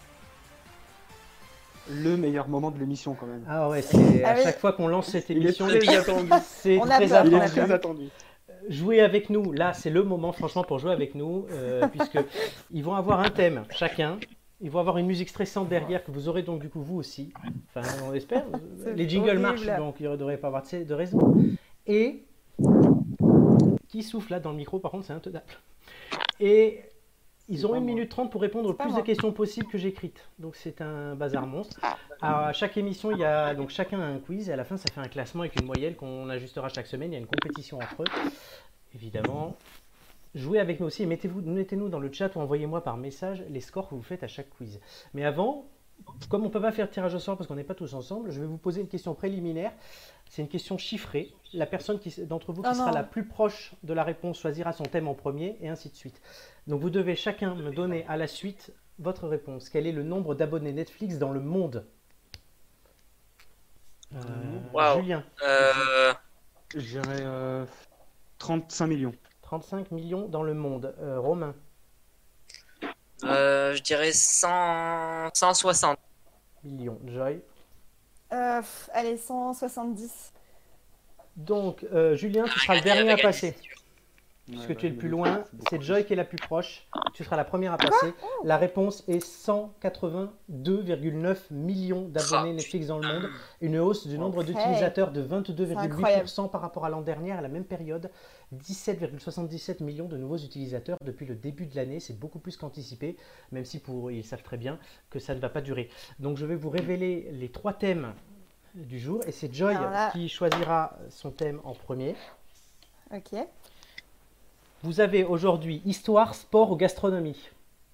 Le meilleur moment de l'émission quand même. Ah ouais, c'est à oui. chaque fois qu'on lance cette Il est émission, très attendu. c'est On a très peur, Il est on a attendu. très attendu. Jouez avec nous, là c'est le moment franchement pour jouer avec nous, puisque ils vont avoir un thème chacun. Ils vont avoir une musique stressante derrière que vous aurez donc du coup vous aussi. Enfin, on espère. C'est Les jingles horrible. marchent, donc il ne devrait pas avoir de raison. Et qui souffle là dans le micro, par contre, c'est intenable. Et ils ont 1 minute 30 pour répondre au pas plus de moi. questions possibles que j'écrite. Donc c'est un bazar monstre. Alors, à chaque émission, il y a donc chacun a un quiz et à la fin, ça fait un classement avec une moyenne qu'on ajustera chaque semaine. Il y a une compétition entre eux. Évidemment, jouez avec nous aussi et mettez-nous dans le chat ou envoyez-moi par message les scores que vous faites à chaque quiz. Mais avant, comme on ne peut pas faire tirage au sort parce qu'on n'est pas tous ensemble, je vais vous poser une question préliminaire. C'est une question chiffrée. La personne d'entre vous qui sera la plus proche de la réponse choisira son thème en premier et ainsi de suite. Donc vous devez chacun me donner à la suite votre réponse. Quel est le nombre d'abonnés Netflix dans le monde? Wow. Julien. Je dirais 35 millions. 35 millions dans le monde. Romain. Je dirais 160. Millions. Joy. Allez, 170. Donc, Julien, tu seras le dernier à passer. puisque tu es le plus loin. C'est Joy qui est la plus proche. Tu seras la première à passer. La réponse est 182,9 millions d'abonnés Netflix dans le monde. Une hausse du nombre d'utilisateurs de 22,8% par rapport à l'an dernier à la même période. 17,77 millions de nouveaux utilisateurs depuis le début de l'année. C'est beaucoup plus qu'anticipé, même si ils savent très bien que ça ne va pas durer. Donc je vais vous révéler les 3 thèmes du jour et c'est Joy qui choisira son thème en premier. Ok. Vous avez aujourd'hui histoire, sport ou gastronomie.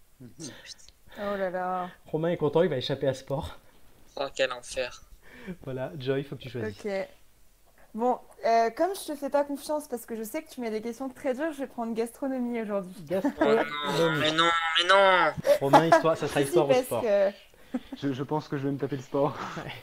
Oh là là. Romain est content, il va échapper à sport. Oh, quel enfer. Voilà, Joy, il faut que tu choisisses. Ok. Bon, comme je te fais pas confiance parce que je sais que tu mets des questions très dures, je vais prendre gastronomie aujourd'hui. Oh Gastronomie. non, mais non. Romain, histoire, ça sera histoire ou parce sport. que... Je pense que je vais me taper le sport.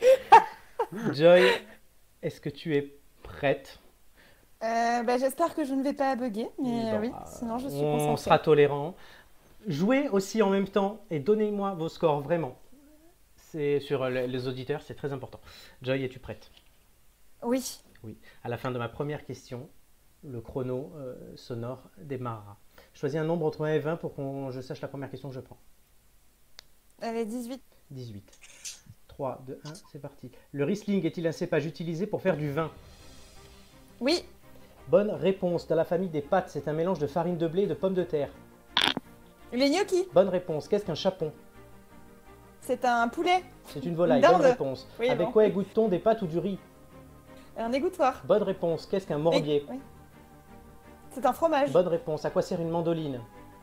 Joy, est-ce que tu es prête? J'espère que je ne vais pas bugger, mais oui, sinon je suis concentrée. On sera tolérant. Jouez aussi en même temps et donnez-moi vos scores, vraiment. C'est sur les auditeurs, c'est très important. Joy, es-tu prête? Oui. Oui. À la fin de ma première question, le chrono sonore démarrera. Choisis un nombre entre 1 et 20 pour que je sache la première question que je prends. Allez, 18. 18. 3, 2, 1, c'est parti. Le Riesling est-il un cépage utilisé pour faire du vin? Oui. Bonne réponse. Dans la famille des pâtes, c'est un mélange de farine de blé et de pommes de terre. Les gnocchis. Bonne réponse. Qu'est-ce qu'un chapon? C'est un poulet. C'est une volaille. Une dinde. Bonne réponse. Oui, Avec bon. quoi égoutte-t-on des pâtes ou du riz? Un égouttoir. Bonne réponse. Qu'est-ce qu'un morbier? Oui. C'est un fromage. Bonne réponse. À quoi sert une mandoline?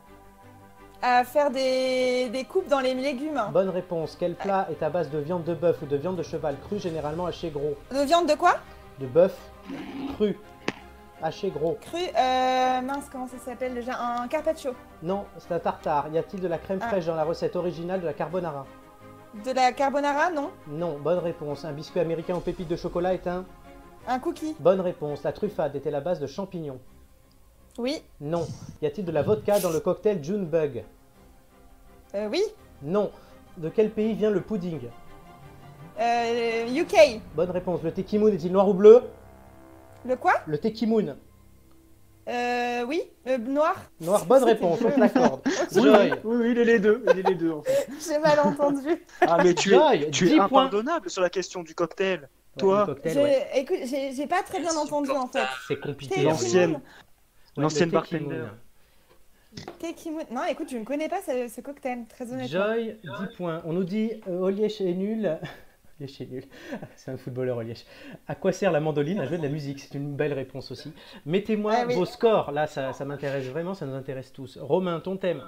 À faire des coupes dans les légumes. Bonne réponse. Quel plat est à base de viande de bœuf ou de viande de cheval crue, généralement haché gros? De viande de quoi? De bœuf cru, haché gros. Cru. Mince, comment ça s'appelle déjà? Un carpaccio. Non, c'est un tartare. Y a-t-il de la crème fraîche dans la recette originale de la carbonara? De la carbonara, non? Non, bonne réponse. Un biscuit américain aux pépites de chocolat est un... Un cookie. Bonne réponse. La truffade était la base de champignons. Oui. Non. Y a-t-il de la vodka dans le cocktail Junebug? Oui. Non. De quel pays vient le pudding? UK. Bonne réponse. Le tekimoun est-il noir ou bleu? Le quoi? Le tekimoun. Oui. Noir. Noir, bonne réponse, on l'accorde. Oui, Joy. il est les deux. Il est les deux en fait. J'ai mal entendu. Ah mais tu Joy, es 10 points. impardonnable sur la question du cocktail. Ouais, Toi, le cocktail, ouais. Écoute, j'ai pas très bien entendu en fait. C'est compliqué. Tekimoun. L'ancienne. Ouais, L'ancienne le tekimoun. bartender. Tekimoun. Non, écoute, je ne connais pas ce cocktail, très honnêtement. Joy, 10 points. On nous dit Olièche est nul. Olièche est nul. C'est un footballeur Olièche. À quoi sert la mandoline? À jouer de la musique. C'est une belle réponse aussi. Mettez-moi Ah oui. vos scores. Là, ça m'intéresse vraiment, ça nous intéresse tous. Romain, ton thème.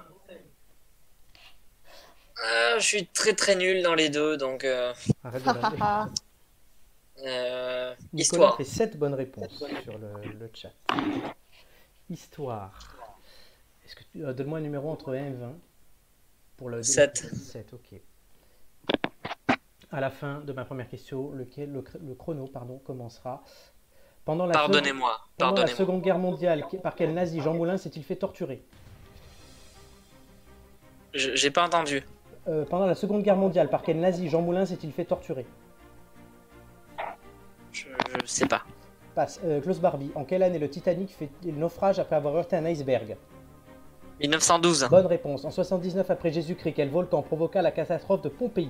Je suis très très nul dans les deux, donc Arrête de baver. Nicolas histoire. fait 7 bonnes réponses sur le chat. Histoire. Est-ce que donne-moi un numéro entre 1 et 20 pour le 7. 7, ok. À la fin de ma première question, le chrono commencera. Pendant la Pardonnez-moi. Pendant la Pardonnez-moi. Seconde Guerre mondiale, par quel nazi Jean Moulin s'est-il fait torturer? J'ai pas entendu. Pendant la Seconde Guerre mondiale, par quel nazi Jean Moulin s'est-il fait torturer? Je sais pas. Passe. Klaus Barbie. En quelle année le Titanic fait-il naufrage après avoir heurté un iceberg? 1912. Bonne réponse. En 79 après Jésus-Christ, quel volcan provoqua la catastrophe de Pompéi?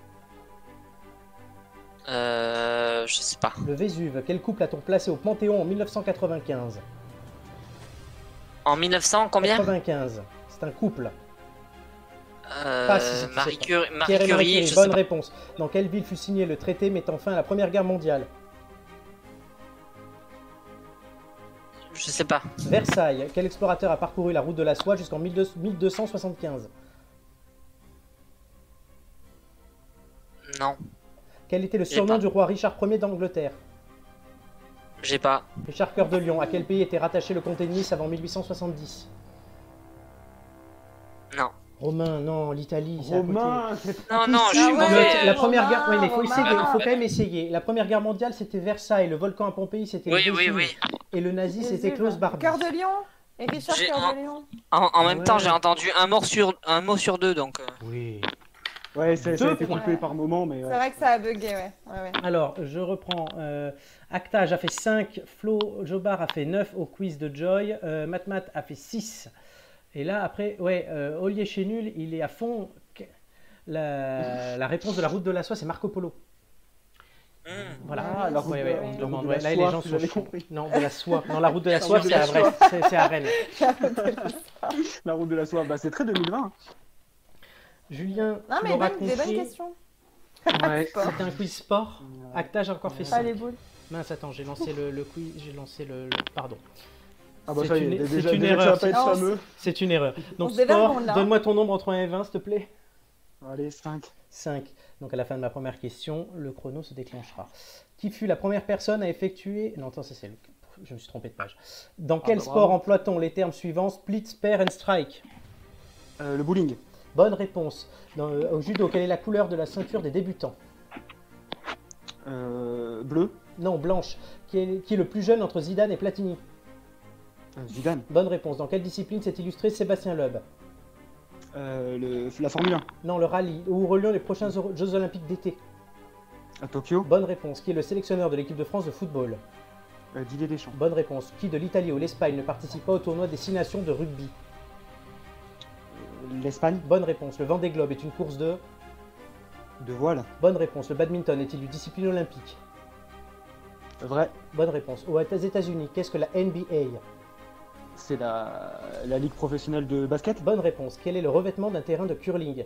Je sais pas. Le Vésuve. Quel couple a-t-on placé au Panthéon en 1995? En 1900, combien 95. C'est un couple. Passe, si tu sais Marie pas. Curie. Pierre et Marie Curie, Je sais bonne pas. réponse. Dans quelle ville fut signé le traité mettant fin à la Première Guerre mondiale? Je sais pas. Versailles. Quel explorateur a parcouru la route de la soie jusqu'en 1275? Non. Quel était le J'ai surnom pas. du roi Richard Ier d'Angleterre? J'ai pas. Richard Cœur de Lion. À quel pays était rattaché le comté de Nice avant 1870? Non. Romain, non, l'Italie, c'est à côté. Romain, Non, non, je Ah suis ouais. mauvais. La première Romain, guerre, oui, mais il faut Romain. essayer, il faut quand même essayer. La première guerre mondiale, c'était Versailles, le volcan à Pompéi, c'était Oui, le oui, Vésuve. oui. Et le nazi, c'était Klaus Barbie. Cœur de Lion. Et Richard J'ai Cœur un- de Lion. En même Ouais. temps, j'ai entendu un mot sur deux, donc. Oui. Ouais, ça a Deux été points. coupé par moment, mais C'est ouais. vrai que ça a bugué, ouais. Ouais. Alors, je reprends. Actage a fait 5, Flo Jobard a fait 9 au quiz de Joy, Matmat a fait 6. Et là, après, ouais, Olivier Chénul, il est à fond. La réponse de la route de la soie, c'est Marco Polo. Voilà. Ah, la route Ouais, de- ouais, on la me route demande. de Ouais, la là, les soie, gens sont j'avais chauds. compris. Non, de la soie. Non, la route de la soie, route de c'est la à Brest. C'est à Rennes. La route de la soie, bah c'est très 2020. Julien, Non, tu mais l'auras des bonnes compris. questions. Ouais. C'était un quiz sport. Actage a encore fait Ah, 5. les boules. Mince, attends, j'ai lancé le quiz. J'ai lancé Pardon. Ah bah C'est ça y une- est, c'est déjà, une déjà que ça erreur. va pas être Non, fameux. C'est une erreur. Donc, se dévergonde, sport, là, hein. donne-moi ton nombre entre 1 et 20, s'il te plaît. Allez, 5. 5. Donc à la fin de ma première question, le chrono se déclenchera. Qui fut la première personne à effectuer... Non, attends, ça c'est le... Je me suis trompé de page. Dans quel bah, sport bravo. emploie-t-on les termes suivants? Split, pair and strike. Le bowling. Bonne réponse. Au judo, quelle est la couleur de la ceinture des débutants? Bleu. Non, blanche. Qui est le plus jeune entre Zidane et Platini? Zidane. Bonne réponse. Dans quelle discipline s'est illustré Sébastien Loeb? La Formule 1. Non, le rallye. Où auront lieu les prochains Jeux Olympiques d'été? À Tokyo. Bonne réponse. Qui est le sélectionneur de l'équipe de France de football? Didier Deschamps. Bonne réponse. Qui de l'Italie ou l'Espagne ne participe pas au tournoi des 6 nations de rugby? L'Espagne. Bonne réponse. Le Vendée Globe est une course de... De voile. Bonne réponse. Le badminton est-il une discipline olympique? Vrai. Bonne réponse. Aux États-Unis, qu'est-ce que la NBA? C'est la ligue professionnelle de basket. Bonne réponse. Quel est le revêtement d'un terrain de curling?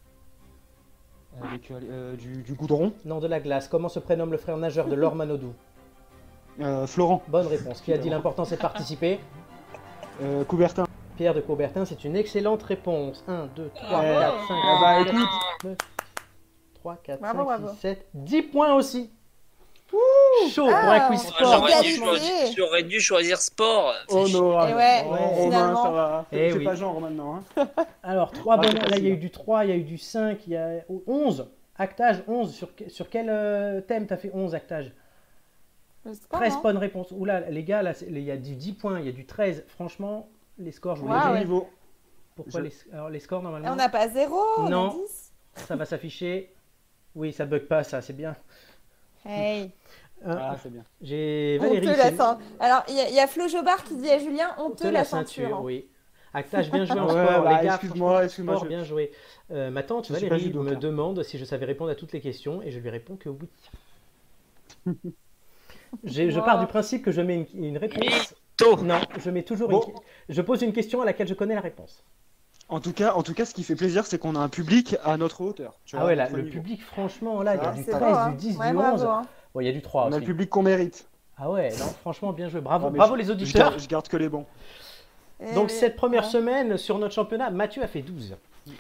Avec du goudron. Non, de la glace. Comment se prénomme le frère nageur de Laure Manodou? Florent. Bonne réponse. Qui a dit l'important c'est de participer? Coubertin. Pierre de Coubertin, c'est une excellente réponse. 1, 2, 3, Ouais. 4, 5, Ah bah 6, écoute. 9, 3, 4, Bravo, 5, bravo. 6, 7, 10 points aussi. Chaud pour Ah, un quiz on- sport. Égalité. J'aurais dû choisir sport. Honorable. Et ouais, Oh, Romain, finalement. ça va. Eh C'est oui. pas genre maintenant. Hein. Alors, 3 Ah, bonnes. c'est Là, il y facile. a eu du 3, il y a eu du 5, il y a 11. Actage, 11. Sur quel thème t'as fait 11 actage? Je sais pas, 13 non. bonnes réponses. Oula, les gars, là, il y a du 10 points, il y a du 13. Franchement, les scores, je vous les Ah dis. ouais. Niveau. Pourquoi alors, les scores, Et normalement, on n'a pas 0, on Non. a 10. ça va s'afficher. Oui, ça bug pas, ça, c'est bien. Hey. Ah, c'est bien. J'ai Valérie. Honteux la c'est- ceinture. Alors, il y a Flo Jobard qui dit à Julien, honteux la ceinture. hein. oui. Actage, bien joué en Ouais, sport, bah, les gars. excuse-moi, franchement, excuse-moi, sport, je- bien joué. Ma tante Je suis pas Valérie judoka. me demande si je savais répondre à toutes les questions et je lui réponds que oui. Je Wow. pars du principe que je mets une réponse. Tôt. Non, je mets toujours Bon. je pose une question à laquelle je connais la réponse. En tout cas, ce qui fait plaisir, c'est qu'on a un public à notre hauteur. Tu Ah vois, ouais, à là, notre le niveau. public, franchement, là, il y a Ça, du C'est 13, beau, hein. du 10, Ouais, du bravo, 11. hein. Bon, il y a du 3 On a aussi. le public qu'on mérite. Ah ouais, non, franchement, bien joué. Bravo, Ah, mais bravo je- les auditeurs. Je garde que les bons. Eh Donc oui. cette première Ouais. semaine sur notre championnat, Mathieu a fait 12.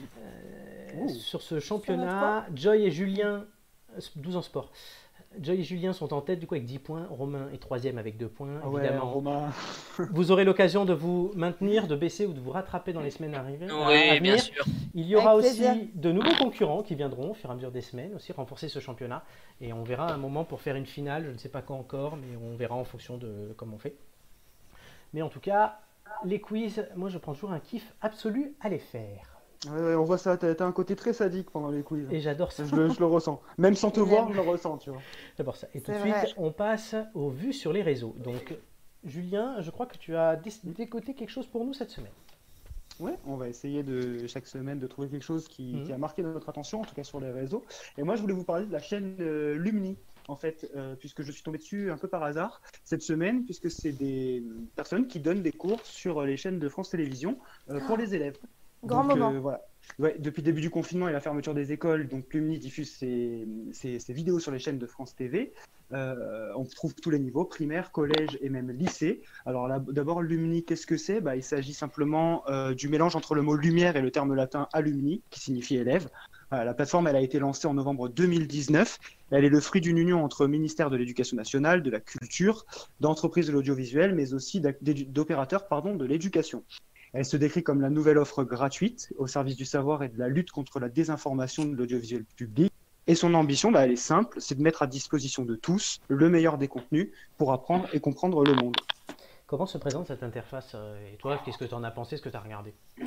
Ouh. Sur ce championnat, Joy et Julien, 12 en sport. Joy et Julien sont en tête du coup avec 10 points, Romain est troisième avec 2 points. Ah ouais, Évidemment, Romain. vous aurez l'occasion de vous maintenir, de baisser ou de vous rattraper dans les semaines à arriver. à Oui, bien venir. sûr. Il y aura Avec aussi plaisir. de nouveaux concurrents qui viendront au fur et à mesure des semaines, aussi renforcer ce championnat. Et on verra un moment pour faire une finale, je ne sais pas quand encore, mais on verra en fonction de comment on fait. Mais en tout cas, les quiz, moi je prends toujours un kiff absolu à les faire. Ouais, on voit ça, t'as un côté très sadique pendant les quiz. Et j'adore ça. Je le ressens. Même sans te voir, je le ressens, tu vois. J'adore ça. Et tout de C'est suite, vrai. on passe aux vues sur les réseaux. Donc, Julien, je crois que tu as décoté quelque chose pour nous cette semaine. Ouais, on va essayer de chaque semaine de trouver quelque chose qui Mhm. a marqué notre attention, en tout cas sur les réseaux. Et moi, je voulais vous parler de la chaîne Lumni, en fait, puisque je suis tombé dessus un peu par hasard cette semaine, puisque c'est des personnes qui donnent des cours sur les chaînes de France Télévisions pour les élèves. Grand Donc, moment. voilà. Ouais, depuis le début du confinement et la fermeture des écoles, donc Lumni diffuse ses vidéos sur les chaînes de France TV. On trouve tous les niveaux, primaire, collège et même lycée. Alors là, d'abord, Lumni, qu'est-ce que c'est? Il s'agit simplement du mélange entre le mot lumière et le terme latin alumni, qui signifie élève. Voilà, la plateforme, elle a été lancée en novembre 2019. Elle est le fruit d'une union entre le ministère de l'Éducation nationale, de la Culture, d'entreprises de l'audiovisuel, mais aussi d'opérateurs de l'éducation. Elle se décrit comme la nouvelle offre gratuite au service du savoir et de la lutte contre la désinformation de l'audiovisuel public. Et son ambition, elle est simple, c'est de mettre à disposition de tous le meilleur des contenus pour apprendre et comprendre le monde. Comment se présente cette interface Et toi, qu'est-ce que tu en as pensé, ce que tu as regardé?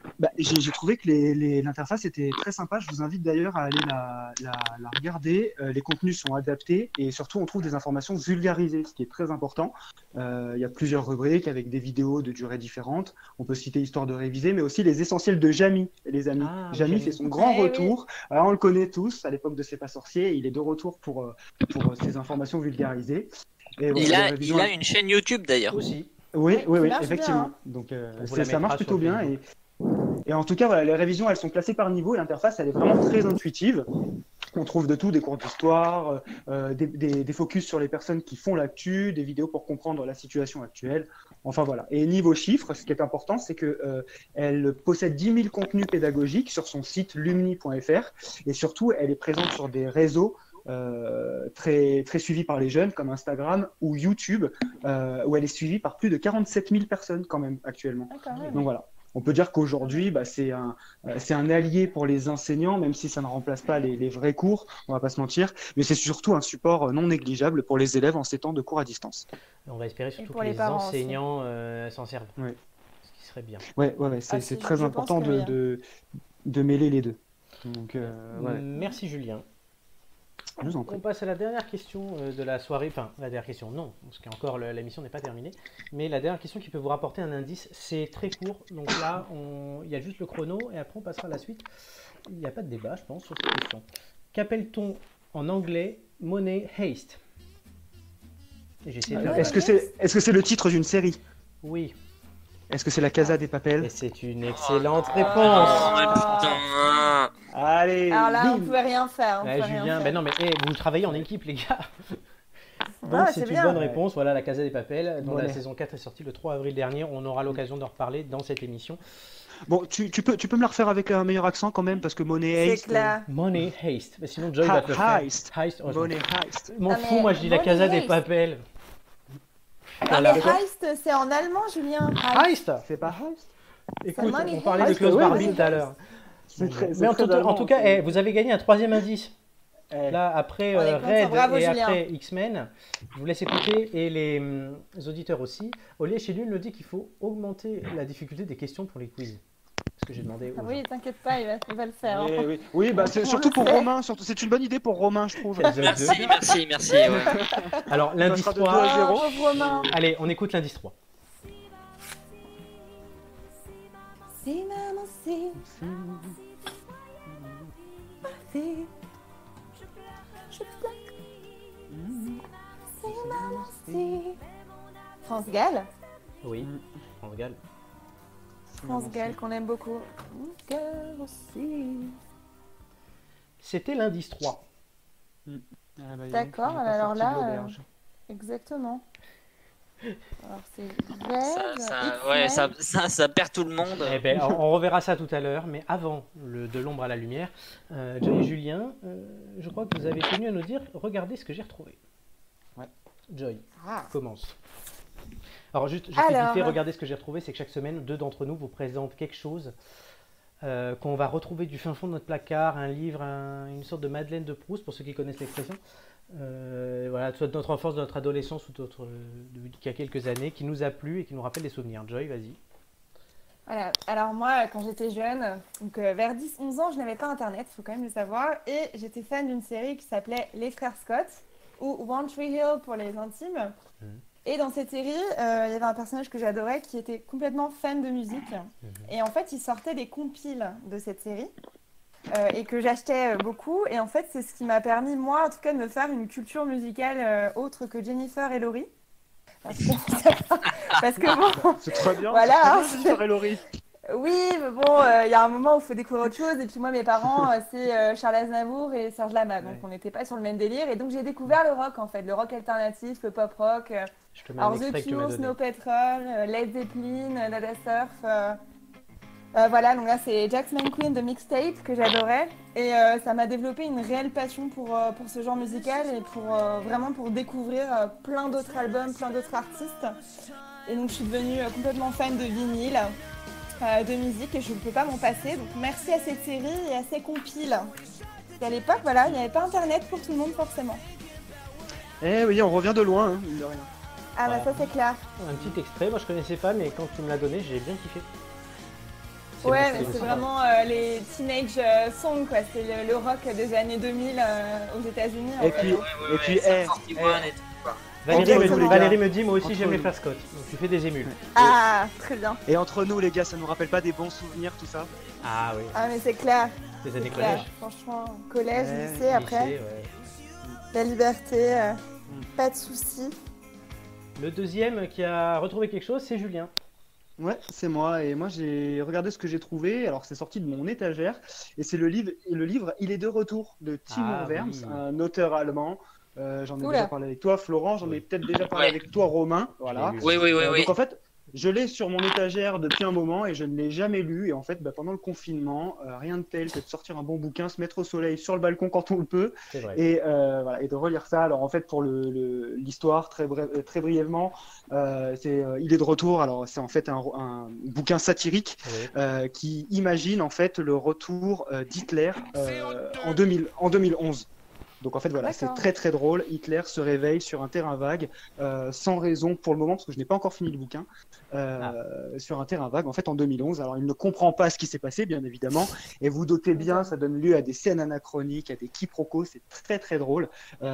J'ai trouvé que l'interface était très sympa. Je vous invite d'ailleurs à aller la regarder. Les contenus sont adaptés et surtout on trouve des informations vulgarisées, ce qui est très important. Il y a plusieurs rubriques avec des vidéos de durée différentes. On peut citer histoire de réviser, mais aussi les essentiels de Jamy, les amis. Jamy fait son grand retour. Alors, on le connaît tous à l'époque de C'est pas sorcier. Il est de retour pour ces informations vulgarisées. Et voilà, il a une chaîne YouTube d'ailleurs. Aussi. Oui, effectivement. Bien. Donc ça marche plutôt bien. Et en tout cas, voilà, les révisions, elles sont classées par niveau et l'interface, elle est vraiment très intuitive. On trouve de tout, des cours d'histoire, des focus sur les personnes qui font l'actu, des vidéos pour comprendre la situation actuelle. Enfin voilà. Et niveau chiffres, ce qui est important, c'est qu'elle possède 10 000 contenus pédagogiques sur son site lumni.fr et surtout, elle est présente sur des réseaux très, très suivis par les jeunes comme Instagram ou YouTube, où elle est suivie par plus de 47 000 personnes quand même actuellement. Donc voilà. On peut dire qu'aujourd'hui, c'est un allié pour les enseignants, même si ça ne remplace pas les vrais cours, on va pas se mentir, mais c'est surtout un support non négligeable pour les élèves en ces temps de cours à distance. On va espérer surtout pour que les les parents enseignants s'en servent, ce qui serait bien. Ouais, c'est très important de mêler les deux. Donc, Merci Julien. Je vous en prie. On passe à la dernière question de la soirée. Enfin, la dernière question, non, parce qu'encore l'émission n'est pas terminée. Mais la dernière question qui peut vous rapporter un indice, c'est très court. Donc là, il y a juste le chrono et après on passera à la suite. Il n'y a pas de débat, je pense, sur cette question. Qu'appelle-t-on en anglais Money Heist? Est-ce que c'est le titre d'une série? Oui. Est-ce que c'est la Casa des Papel? Et c'est une excellente réponse. Putain. Allez. Alors là, on pouvait rien faire. Julien, non mais vous travaillez en équipe les gars. Donc c'est une bonne réponse. Voilà, la Casa des Papel, dont la saison 4 est sortie le 3 avril dernier. On aura l'occasion d'en reparler dans cette émission. Bon, tu peux me la refaire avec un meilleur accent quand même, parce que Money Heist. C'est clair. Money Heist. Mais sinon Joy va te le faire. Heist. Money Heist. M'en fous, moi je dis la Casa des Papel. Voilà. Mais Heist, c'est en allemand, Julien. Heist. C'est pas Heist. Écoute, on parlait de Klaus Barbie tout à l'heure. Mais en tout cas, vous avez gagné un troisième indice. Là, après Red et après X-Men, je vous laisse écouter et les auditeurs aussi. Olivier chez lui nous dit qu'il faut augmenter la difficulté des questions pour les quiz. Ce que j'ai demandé. Oui, t'inquiète pas, il va le faire. Oui, c'est surtout pour Romain. C'est une bonne idée pour Romain, je trouve. Merci. Ouais. Alors, l'indice 3. Allez, on écoute l'indice 3. France Gall. Oui, France Gall. France Gall qu'on aime beaucoup. Cœur aussi. C'était l'indice 3. D'accord, alors là, exactement. Alors c'est ça perd tout le monde. Eh ben, on reverra ça tout à l'heure, mais avant de l'ombre à la lumière, Joy et Julien, je crois que vous avez tenu à nous dire, regardez ce que j'ai retrouvé. Ouais. Joy, commence. Alors juste vite fait, regardez ce que j'ai retrouvé, c'est que chaque semaine, 2 d'entre nous vous présentent quelque chose qu'on va retrouver du fin fond de notre placard, un livre, une sorte de Madeleine de Proust, pour ceux qui connaissent l'expression. Voilà, soit de notre enfance, de notre adolescence ou il y a quelques années, qui nous a plu et qui nous rappelle des souvenirs. Joy, vas-y. Voilà. Alors moi, quand j'étais jeune, donc vers 10-11 ans, je n'avais pas Internet, il faut quand même le savoir, et j'étais fan d'une série qui s'appelait Les Frères Scott, ou One Tree Hill pour les intimes. Et dans cette série, il y avait un personnage que j'adorais qui était complètement fan de musique. Et en fait, il sortait des compiles de cette série. Et que j'achetais beaucoup. Et en fait, c'est ce qui m'a permis, moi, en tout cas, de me faire une culture musicale autre que Jennifer et Laurie. Parce que bon... C'est très bien, voilà, Jennifer et Laurie. Oui, mais bon, il y a un moment où il faut découvrir autre chose. Et puis moi, mes parents, c'est Charles Aznavour et Serge Lama. Donc, on n'était pas sur le même délire. Et donc, j'ai découvert le rock, en fait. Le rock alternatif, le pop rock. Alors, The Cure, Snow Patrol, Led Zeppelin, Dada Surf... voilà, donc là c'est Jacksman Queen de Mixtape que j'adorais et ça m'a développé une réelle passion pour ce genre musical et vraiment pour découvrir plein d'autres albums, plein d'autres artistes. Et donc je suis devenue complètement fan de vinyle, de musique et je ne peux pas m'en passer. Donc merci à cette série et à ces compiles. Et à l'époque, voilà, il n'y avait pas internet pour tout le monde forcément. Eh oui, on revient de loin, mine de rien. Ah bah ça c'est clair. Un petit extrait, moi je connaissais pas mais quand tu me l'as donné, j'ai bien kiffé. c'est Ouais, bon, mais c'est vraiment les teenage songs, quoi. C'est le rock des années 2000 aux États-Unis. Et en fait. puis, Ouais, et puis, Sum 41 et tout, quoi. Valérie me dit, moi aussi Entre j'aime les nous. frères Scott. Donc tu fais des émules. Ah, très bien. et entre nous, les gars, ça nous rappelle pas des bons souvenirs, tout ça? Ah oui, Ah, mais c'est clair. des années Clair. collège. Franchement, collège, Ouais, lycée, après, lycée, ouais. la liberté, pas de soucis. Le deuxième qui a retrouvé quelque chose, c'est Julien. Ouais, c'est moi. Et moi, j'ai regardé ce que j'ai trouvé. Alors, c'est sorti de mon étagère. Et c'est le livre Il est de retour de Timo Ah, Werms, oui. un auteur allemand. J'en ai Oula. déjà parlé avec toi, Florent. J'en ai Oui. peut-être déjà parlé Ouais. avec toi, Romain. Voilà. lu. Oui. Donc, en fait, je l'ai sur mon étagère depuis un moment et je ne l'ai jamais lu. Et en fait, pendant le confinement, rien de tel que de sortir un bon bouquin, se mettre au soleil sur le balcon quand on le peut C'est vrai. et, voilà, et de relire ça. Alors en fait, pour l'histoire, très brièvement, il est de retour. Alors c'est en fait un bouquin satirique Oui. qui imagine en fait le retour d'Hitler en 2011. Donc en fait voilà, c'est D'accord. très très drôle. Hitler se réveille sur un terrain vague, sans raison pour le moment, parce que je n'ai pas encore fini le bouquin, sur un terrain vague en fait en 2011. Alors il ne comprend pas ce qui s'est passé, bien évidemment, et vous doutez bien, ça donne lieu à des scènes anachroniques, à des quiproquos. C'est très très drôle.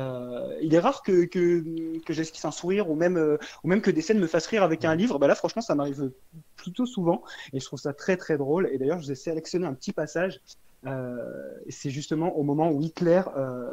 Il est rare que j'esquisse un sourire ou même que des scènes me fassent rire avec un livre. Bah là franchement ça m'arrive plutôt souvent et je trouve ça très très drôle. Et d'ailleurs je vous ai sélectionné un petit passage. C'est justement au moment où Hitler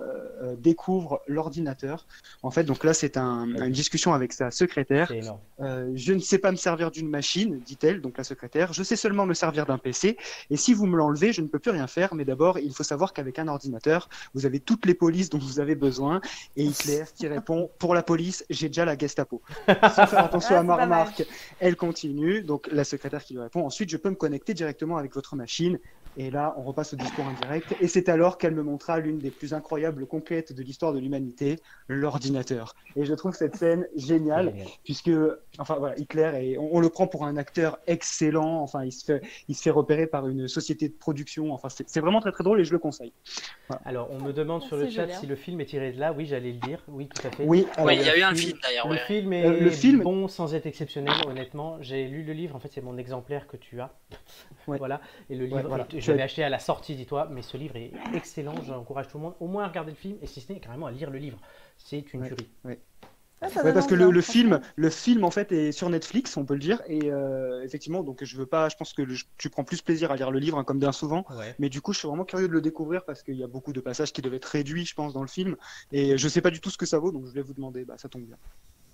découvre l'ordinateur. En fait, donc là, c'est une discussion avec sa secrétaire. C'est énorme. Je ne sais pas me servir d'une machine, dit-elle, donc la secrétaire. Je sais seulement me servir d'un PC. Et si vous me l'enlevez, je ne peux plus rien faire. Mais d'abord, il faut savoir qu'avec un ordinateur, vous avez toutes les polices dont vous avez besoin. Et Hitler qui répond, pour la police, j'ai déjà la Gestapo. Sans faire attention à ma c'est pas mal. remarque, elle continue. Donc la secrétaire qui lui répond, ensuite, je peux me connecter directement avec votre machine. Et là, on repasse au discours indirect. Et c'est alors qu'elle me montra l'une des plus incroyables conquêtes de l'histoire de l'humanité, l'ordinateur. Et je trouve cette scène géniale, puisque, enfin voilà, Hitler, on le prend pour un acteur excellent. Enfin, il se fait repérer par une société de production. Enfin, c'est vraiment très très drôle et je le conseille. Voilà. Alors, on me demande sur le Merci, chat Julien. si le film est tiré de là. Oui, j'allais le dire. Oui, tout à fait. Oui, alors, Oui, il y a eu un film d'ailleurs. Le Ouais. film est le film- bon sans être exceptionnel, honnêtement. J'ai lu le livre, en fait, c'est mon exemplaire que tu as. Ouais. Voilà. Et le livre, Ouais, voilà. je l'avais acheté à la sortie, dis-toi, mais ce livre est excellent. J'encourage tout le monde au moins à regarder le film et si ce n'est carrément à lire le livre. C'est une Ouais. tuerie. Ah, ça Ouais, donne parce que envie, hein, le franchement. film en fait est sur Netflix, on peut le dire, et effectivement, donc je pense que tu prends plus plaisir à lire le livre, hein, comme bien souvent, Ouais. mais du coup, je suis vraiment curieux de le découvrir parce qu'il y a beaucoup de passages qui devaient être réduits, je pense, dans le film, et je sais pas du tout ce que ça vaut, donc je vais vous demander, ça tombe bien.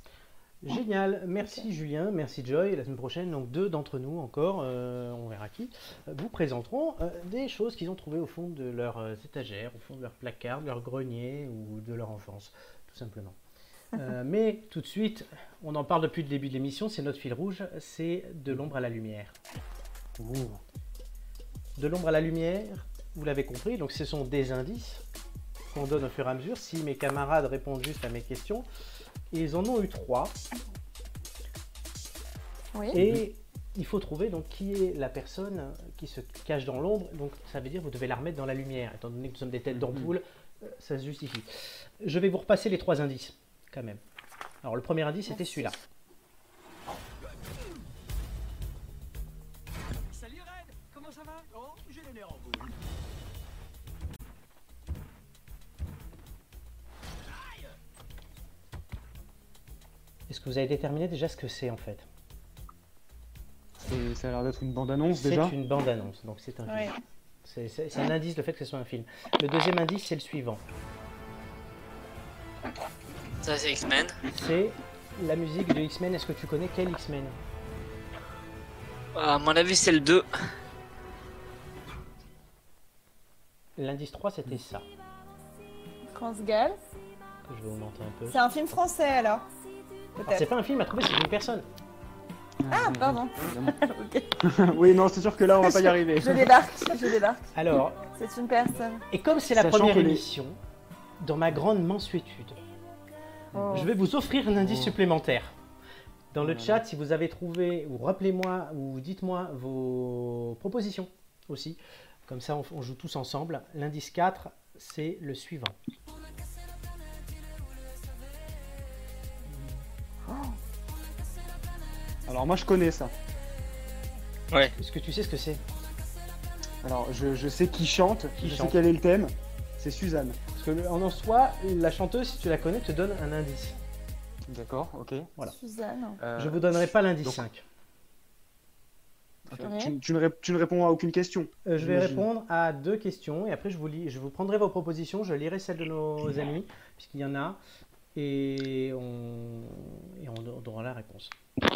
Génial, merci Julien, merci Joy. La semaine prochaine, donc 2 d'entre nous encore, on verra qui, vous présenteront des choses qu'ils ont trouvées au fond de leurs étagères, au fond de leur placard, de leur grenier ou de leur enfance, tout simplement. Mais tout de suite, on en parle depuis le début de l'émission, c'est notre fil rouge, c'est de l'ombre à la lumière. Ouh. De l'ombre à la lumière, vous l'avez compris, donc ce sont des indices qu'on donne au fur et à mesure. Si mes camarades répondent juste à mes questions, ils en ont eu 3. Oui. Et il faut trouver donc qui est la personne qui se cache dans l'ombre. Donc ça veut dire que vous devez la remettre dans la lumière. Étant donné que nous sommes des têtes d'ampoule, ça se justifie. Je vais vous repasser les 3 indices quand même. Alors le premier indice c'était celui-là. Salut Red, comment ça va? Oh, j'ai le nerf en boule. Est-ce que vous avez déterminé déjà ce que c'est en fait? Ça a l'air d'être une bande-annonce C'est déjà. une bande-annonce, donc c'est un film. Ouais. C'est un indice le fait que ce soit un film. Le deuxième indice c'est le suivant. Ça, c'est X-Men. C'est la musique de X-Men. Est-ce que tu connais quel X-Men? À mon avis, c'est le 2. L'indice 3 c'était ça. France Gall. Que je vais augmenter un peu. C'est un film français alors. Alors, Peut-être. c'est pas un film à trouver, c'est une personne. Ah, pardon. Ok. Oui, non, c'est sûr que là, on va pas y arriver. Je débarque. Alors, C'est une personne. et comme c'est la Sachant première que les- émission, dans ma grande mansuétude, Oh. je vais vous offrir un indice Oh. supplémentaire. Dans le Oh. chat, si vous avez trouvé, ou rappelez-moi, ou dites-moi vos propositions aussi. Comme ça, on joue tous ensemble. L'indice 4, c'est le suivant. Alors moi, je connais ça. Ouais. Est-ce que tu sais ce que c'est? Alors, je sais qui chante, Qui je chante. sais quel est le thème. C'est Suzanne. Parce que en soi, la chanteuse, si tu la connais, te donne un indice. D'accord, ok. Voilà. Suzanne. Je vous donnerai pas l'indice donc- 5. Ok. Ouais. Tu ne réponds à aucune question. Je vais J'imagine. répondre à 2 questions et après je vous prendrai vos propositions, je lirai celles de nos amis, puisqu'il y en a, et on donnera la réponse.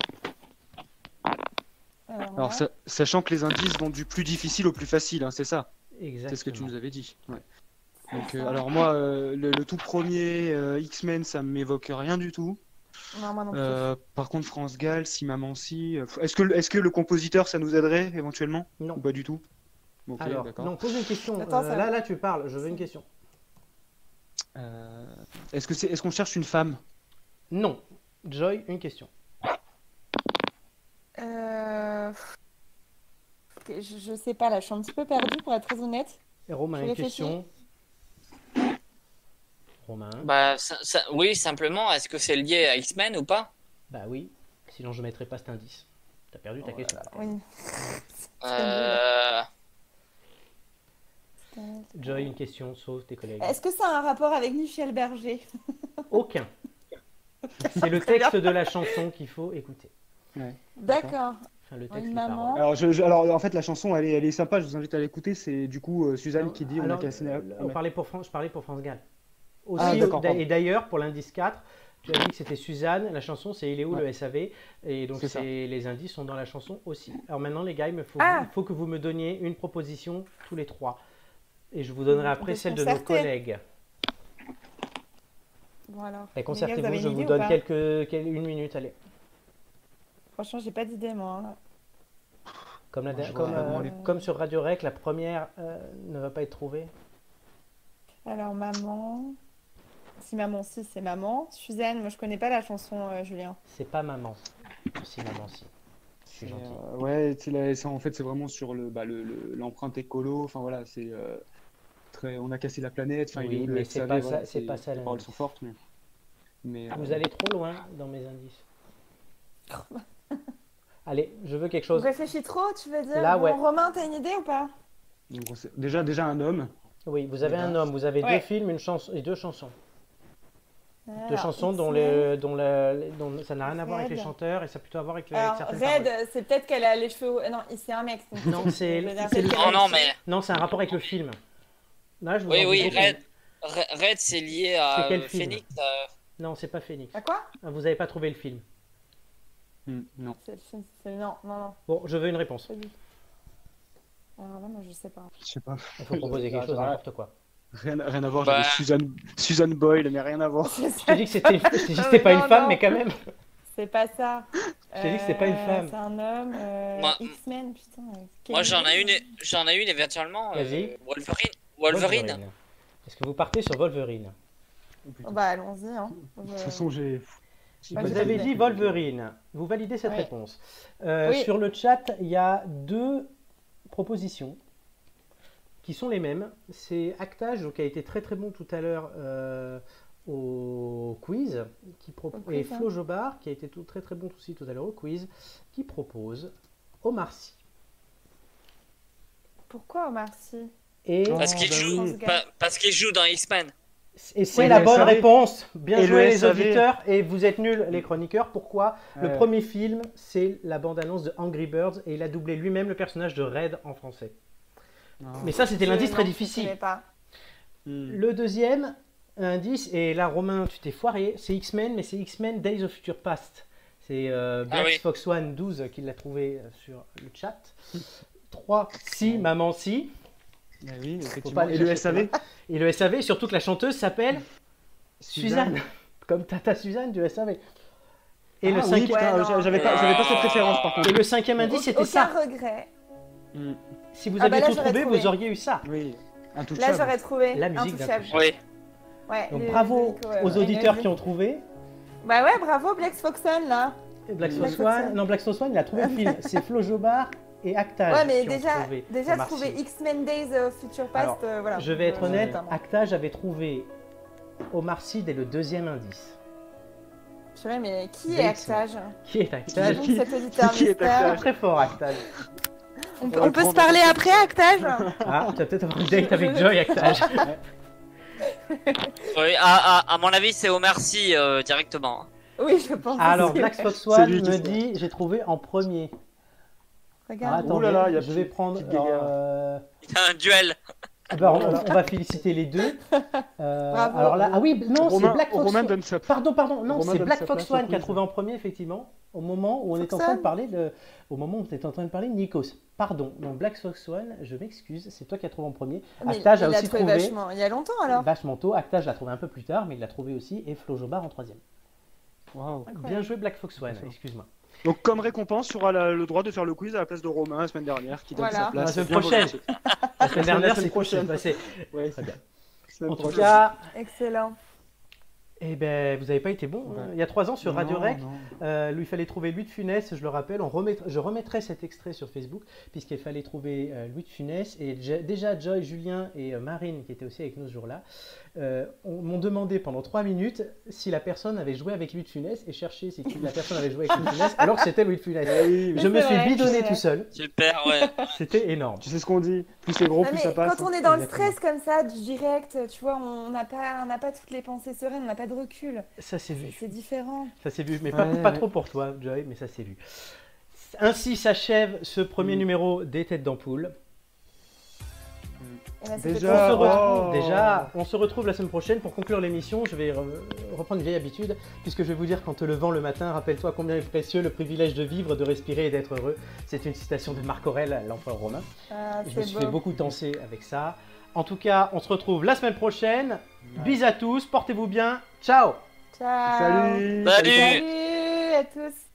Alors, là. sachant que les indices vont du plus difficile au plus facile, hein, c'est ça? Exactement. C'est ce que tu nous avais dit. Ouais. Donc, ça. alors moi, le tout premier X-Men, ça ne m'évoque rien du tout. Non, moi non plus. Par contre, France Gall, Si Maman Si. Est-ce que le compositeur, ça nous aiderait éventuellement? Non. Ou pas du tout? Ok, Alors, d'accord. non, pose une question. Attends, ça- Là, tu parles, je veux une question. Est-ce qu'on cherche une femme? Non. Joy, une question. Je sais pas, là, je suis un petit peu perdue pour être très honnête. Et Romain, Je une réfléchis. question. Romain. Bah, oui, simplement, est-ce que c'est lié à X-Men ou pas? Bah oui, sinon je ne mettrai pas cet indice. T'as perdu ta question. Oui. Euh, Joy, une question, sauf tes collègues. Est-ce que ça a un rapport avec Michel Berger? Aucun. C'est le texte de la chanson qu'il faut écouter. D'accord. Enfin, le Une texte, les maman. paroles. Alors, en fait, la chanson, elle est sympa, je vous invite à l'écouter. C'est du coup Suzanne qui dit on a Alors, cassé je parlais pour France Gall. Aussi, Ah, d'accord, pardon. et d'ailleurs, pour l'indice 4, tu as dit que c'était Suzanne. La chanson, c'est Il est où le SAV? Et donc, C'est ça. les indices sont dans la chanson aussi. Alors maintenant, les gars, il faut que vous me donniez une proposition tous les 3. Et je vous donnerai après peut celle de nos concerter. collègues. Bon alors. Et Les concertez-vous, gars, vous je avez une vous idée ou donne pas une minute, allez. Franchement, j'ai pas d'idée, moi. Hein. Comme, Moi, je vois vraiment les- comme sur Radio Rec, la première ne va pas être trouvée. Alors, maman. Si maman, si, c'est maman. Suzanne, moi, je connais pas la chanson, Julien. C'est pas maman. Si maman, si. Je suis gentil. Ouais, en fait, c'est vraiment sur l'empreinte écolo. Enfin voilà, c'est on a cassé la planète. Enfin, Oui, il est où le mais c'est SAV, pas voilà, ça- c'est pas ça, Les paroles l'indice. sont fortes, mais Vous allez trop loin dans mes indices. Allez, je veux quelque chose. Vous réfléchis trop, tu veux dire? Là, Bon, ouais. Romain, t'as une idée ou pas? donc, déjà un homme. Oui, vous avez un homme, vous avez Ouais. 2 films, une chanson et 2 chansons. Deux Alors, chansons dont ça n'a rien à voir avec les Red. chanteurs et ça a plutôt à voir avec Alors, certaines Red, paroles. c'est peut-être qu'elle a les cheveux. Non, c'est un mec. donc Non, c'est je veux dire, c'est le- peut-être Non, qu'elle a non, les cheveux. mais Non, c'est un rapport avec le film. Là, je vous en oui, dis oui, beaucoup. Red, c'est lié à C'est quel film? Phoenix. Non, c'est pas Phoenix. À quoi? Ah, vous n'avez pas trouvé le film. Non. C'est le film. Non, non, non. Bon, je veux une réponse. Pas lui. Alors là, moi, je sais pas. Je sais pas. Il faut proposer quelque chose, Rien n'importe quoi. à voir. Bah. J'avais Susan Boyle, mais rien à voir. Je t'ai dit que c'était mais pas non, une femme, non. mais quand même. C'est pas ça. Je t'ai dit que c'était pas une femme. C'est un homme. Moi- X-Men, putain. Moi, j'en ai une éventuellement. Vas-y. Wolverine. Est-ce que vous partez sur Wolverine? Oh, bah, allons-y. Hein. De toute façon, j'ai. Moi, Vous j'ai avez pas dit d'idée. Wolverine. Vous validez cette Ouais. réponse. Oui. Sur le chat, il y a 2 propositions qui sont les mêmes. C'est Actage, qui a été très très bon tout à l'heure au quiz, et quiz, hein. Flo Jobard, qui a été très très bon aussi tout à l'heure au quiz, qui propose Omar Sy. Pourquoi Omar Sy? Et, Parce qu'il bah joue, oui. parce qu'il joue dans X-Men. et c'est Ouais, la le bonne SAV. réponse. Bien Et joué le les SAV. auditeurs, et vous êtes nuls les chroniqueurs. Pourquoi? Le Ouais. premier film, c'est la bande-annonce de Angry Birds, et il a doublé lui-même le personnage de Red en français. Mais ça, c'était l'indice très Non, je difficile. connais pas. Le deuxième indice, et là Romain, tu t'es foiré, c'est X-Men, mais c'est X-Men Days of Future Past. C'est Black oui. Fox One 12 qui l'a trouvé sur le chat. 3, si, maman, si. Ah oui, Faut effectivement. pas aller Et le chercher SAV? Et le SAV, surtout que la chanteuse s'appelle Suzanne. Comme Tata Suzanne du SAV. Et, Ah le oui, cinquième, putain, Ouais, non. j'avais pas cette référence par contre. et le cinquième indice, c'était Aucun ça. regret. Si vous Ah bah aviez là, tout j'aurais trouvé, trouvé. vous auriez eu ça. Oui, Là, intouchable. j'aurais trouvé La musique Intouchable. d'Intouchable. Oui. Ouais, Donc le- bravo ouais, aux ouais, auditeurs ouais. qui ont trouvé. Bah ouais, bravo Black Foxon là. Black Black Fox One, Fox. non, Black Fox One, il a trouvé le film. C'est Flo Jobard et Actage Ouais, mais qui ont trouvé déjà Omar trouver Sy. X-Men Days of Future Past, Alors, voilà. Je vais être honnête, notamment. Actage avait trouvé Omar Sy dès le deuxième indice. Je sais, mais qui Bates. est Actage? Qui est Qui est Actage? donc cet auditeur qui est mystère? Actage Très fort, Actage. On peut se parler après, Actage? Ah, tu vas peut-être avoir une date avec Joy, Actage. Oui, à mon avis, c'est au merci directement. Oui, je pense. Alors, aussi. Black Fox C'est One lui qui me se dit j'ai trouvé en premier. Regarde. Attends, Ouh là là, y a je vais petite- prendre. petite guéguerre. Il y a un duel. On va féliciter les deux. Bravo. Alors là, ah oui, non, c'est Black Fox Romain One. donne sa Pardon, non, Romain c'est donne Black sa Fox place au One qui a quiz. trouvé en premier, effectivement, au moment où on est en Fox train de One. parler de Nikos. Pardon, donc Black Fox One, je m'excuse, c'est toi qui as trouvé en premier. Mais Actage a il l'a aussi trouvé trouvé vachement. Il y a longtemps alors. vachement tôt. Actage l'a trouvé un peu plus tard, mais il l'a trouvé aussi, et Flo Jobard en troisième. Waouh. Bien joué Black Fox One, excuse-moi. Donc, comme récompense, tu auras le droit de faire le quiz à la place de Romain la semaine dernière, qui donne Voilà. sa place. La semaine Bien prochaine. volontiers. La semaine dernière, semaine c'est prochaine. passé. Ouais, Très bien. semaine En tout prochaine. cas, Excellent. eh ben, vous n'avez pas été bon. Ouais. Il y a 3 ans sur Radio Non, Rec, non. lui, il fallait trouver Louis de Funès, je le rappelle. Je remettrai cet extrait sur Facebook, puisqu'il fallait trouver Louis de Funès. Et déjà, Joy, Julien et Marine, qui étaient aussi avec nous ce jour-là, m'ont demandé pendant 3 minutes si la personne avait joué avec Louis de Funès et cherché si la personne avait joué avec Louis de Funès, alors que c'était Louis de Funès. Oui, Je me c'est suis vrai, bidonné c'est tout vrai. seul. Super, ouais. C'était énorme. tu sais ce qu'on dit, plus c'est gros, Non, plus mais ça passe. quand on est dans le Exactement. stress comme ça, du direct, tu vois, on n'a pas toutes les pensées sereines, on n'a pas de recul. Ça s'est vu. C'est différent. Ça s'est vu, mais Ouais, pas ouais. trop pour toi, Joy, mais ça s'est vu. Ainsi s'achève ce premier numéro des Têtes d'Ampoule. Et ben, c'était Déjà, trop. oh. Déjà, on se retrouve la semaine prochaine pour conclure l'émission. Je vais reprendre une vieille habitude, puisque je vais vous dire qu'en te levant le matin, rappelle-toi combien est précieux le privilège de vivre, de respirer et d'être heureux. C'est une citation de Marc Aurèle, l'empereur romain. Ah, Je me c'est suis fait beau. beaucoup danser avec ça. En tout cas, on se retrouve la semaine prochaine. Bis à tous, portez-vous bien. Ciao! Ciao. Salut. Salut. Salut à tous.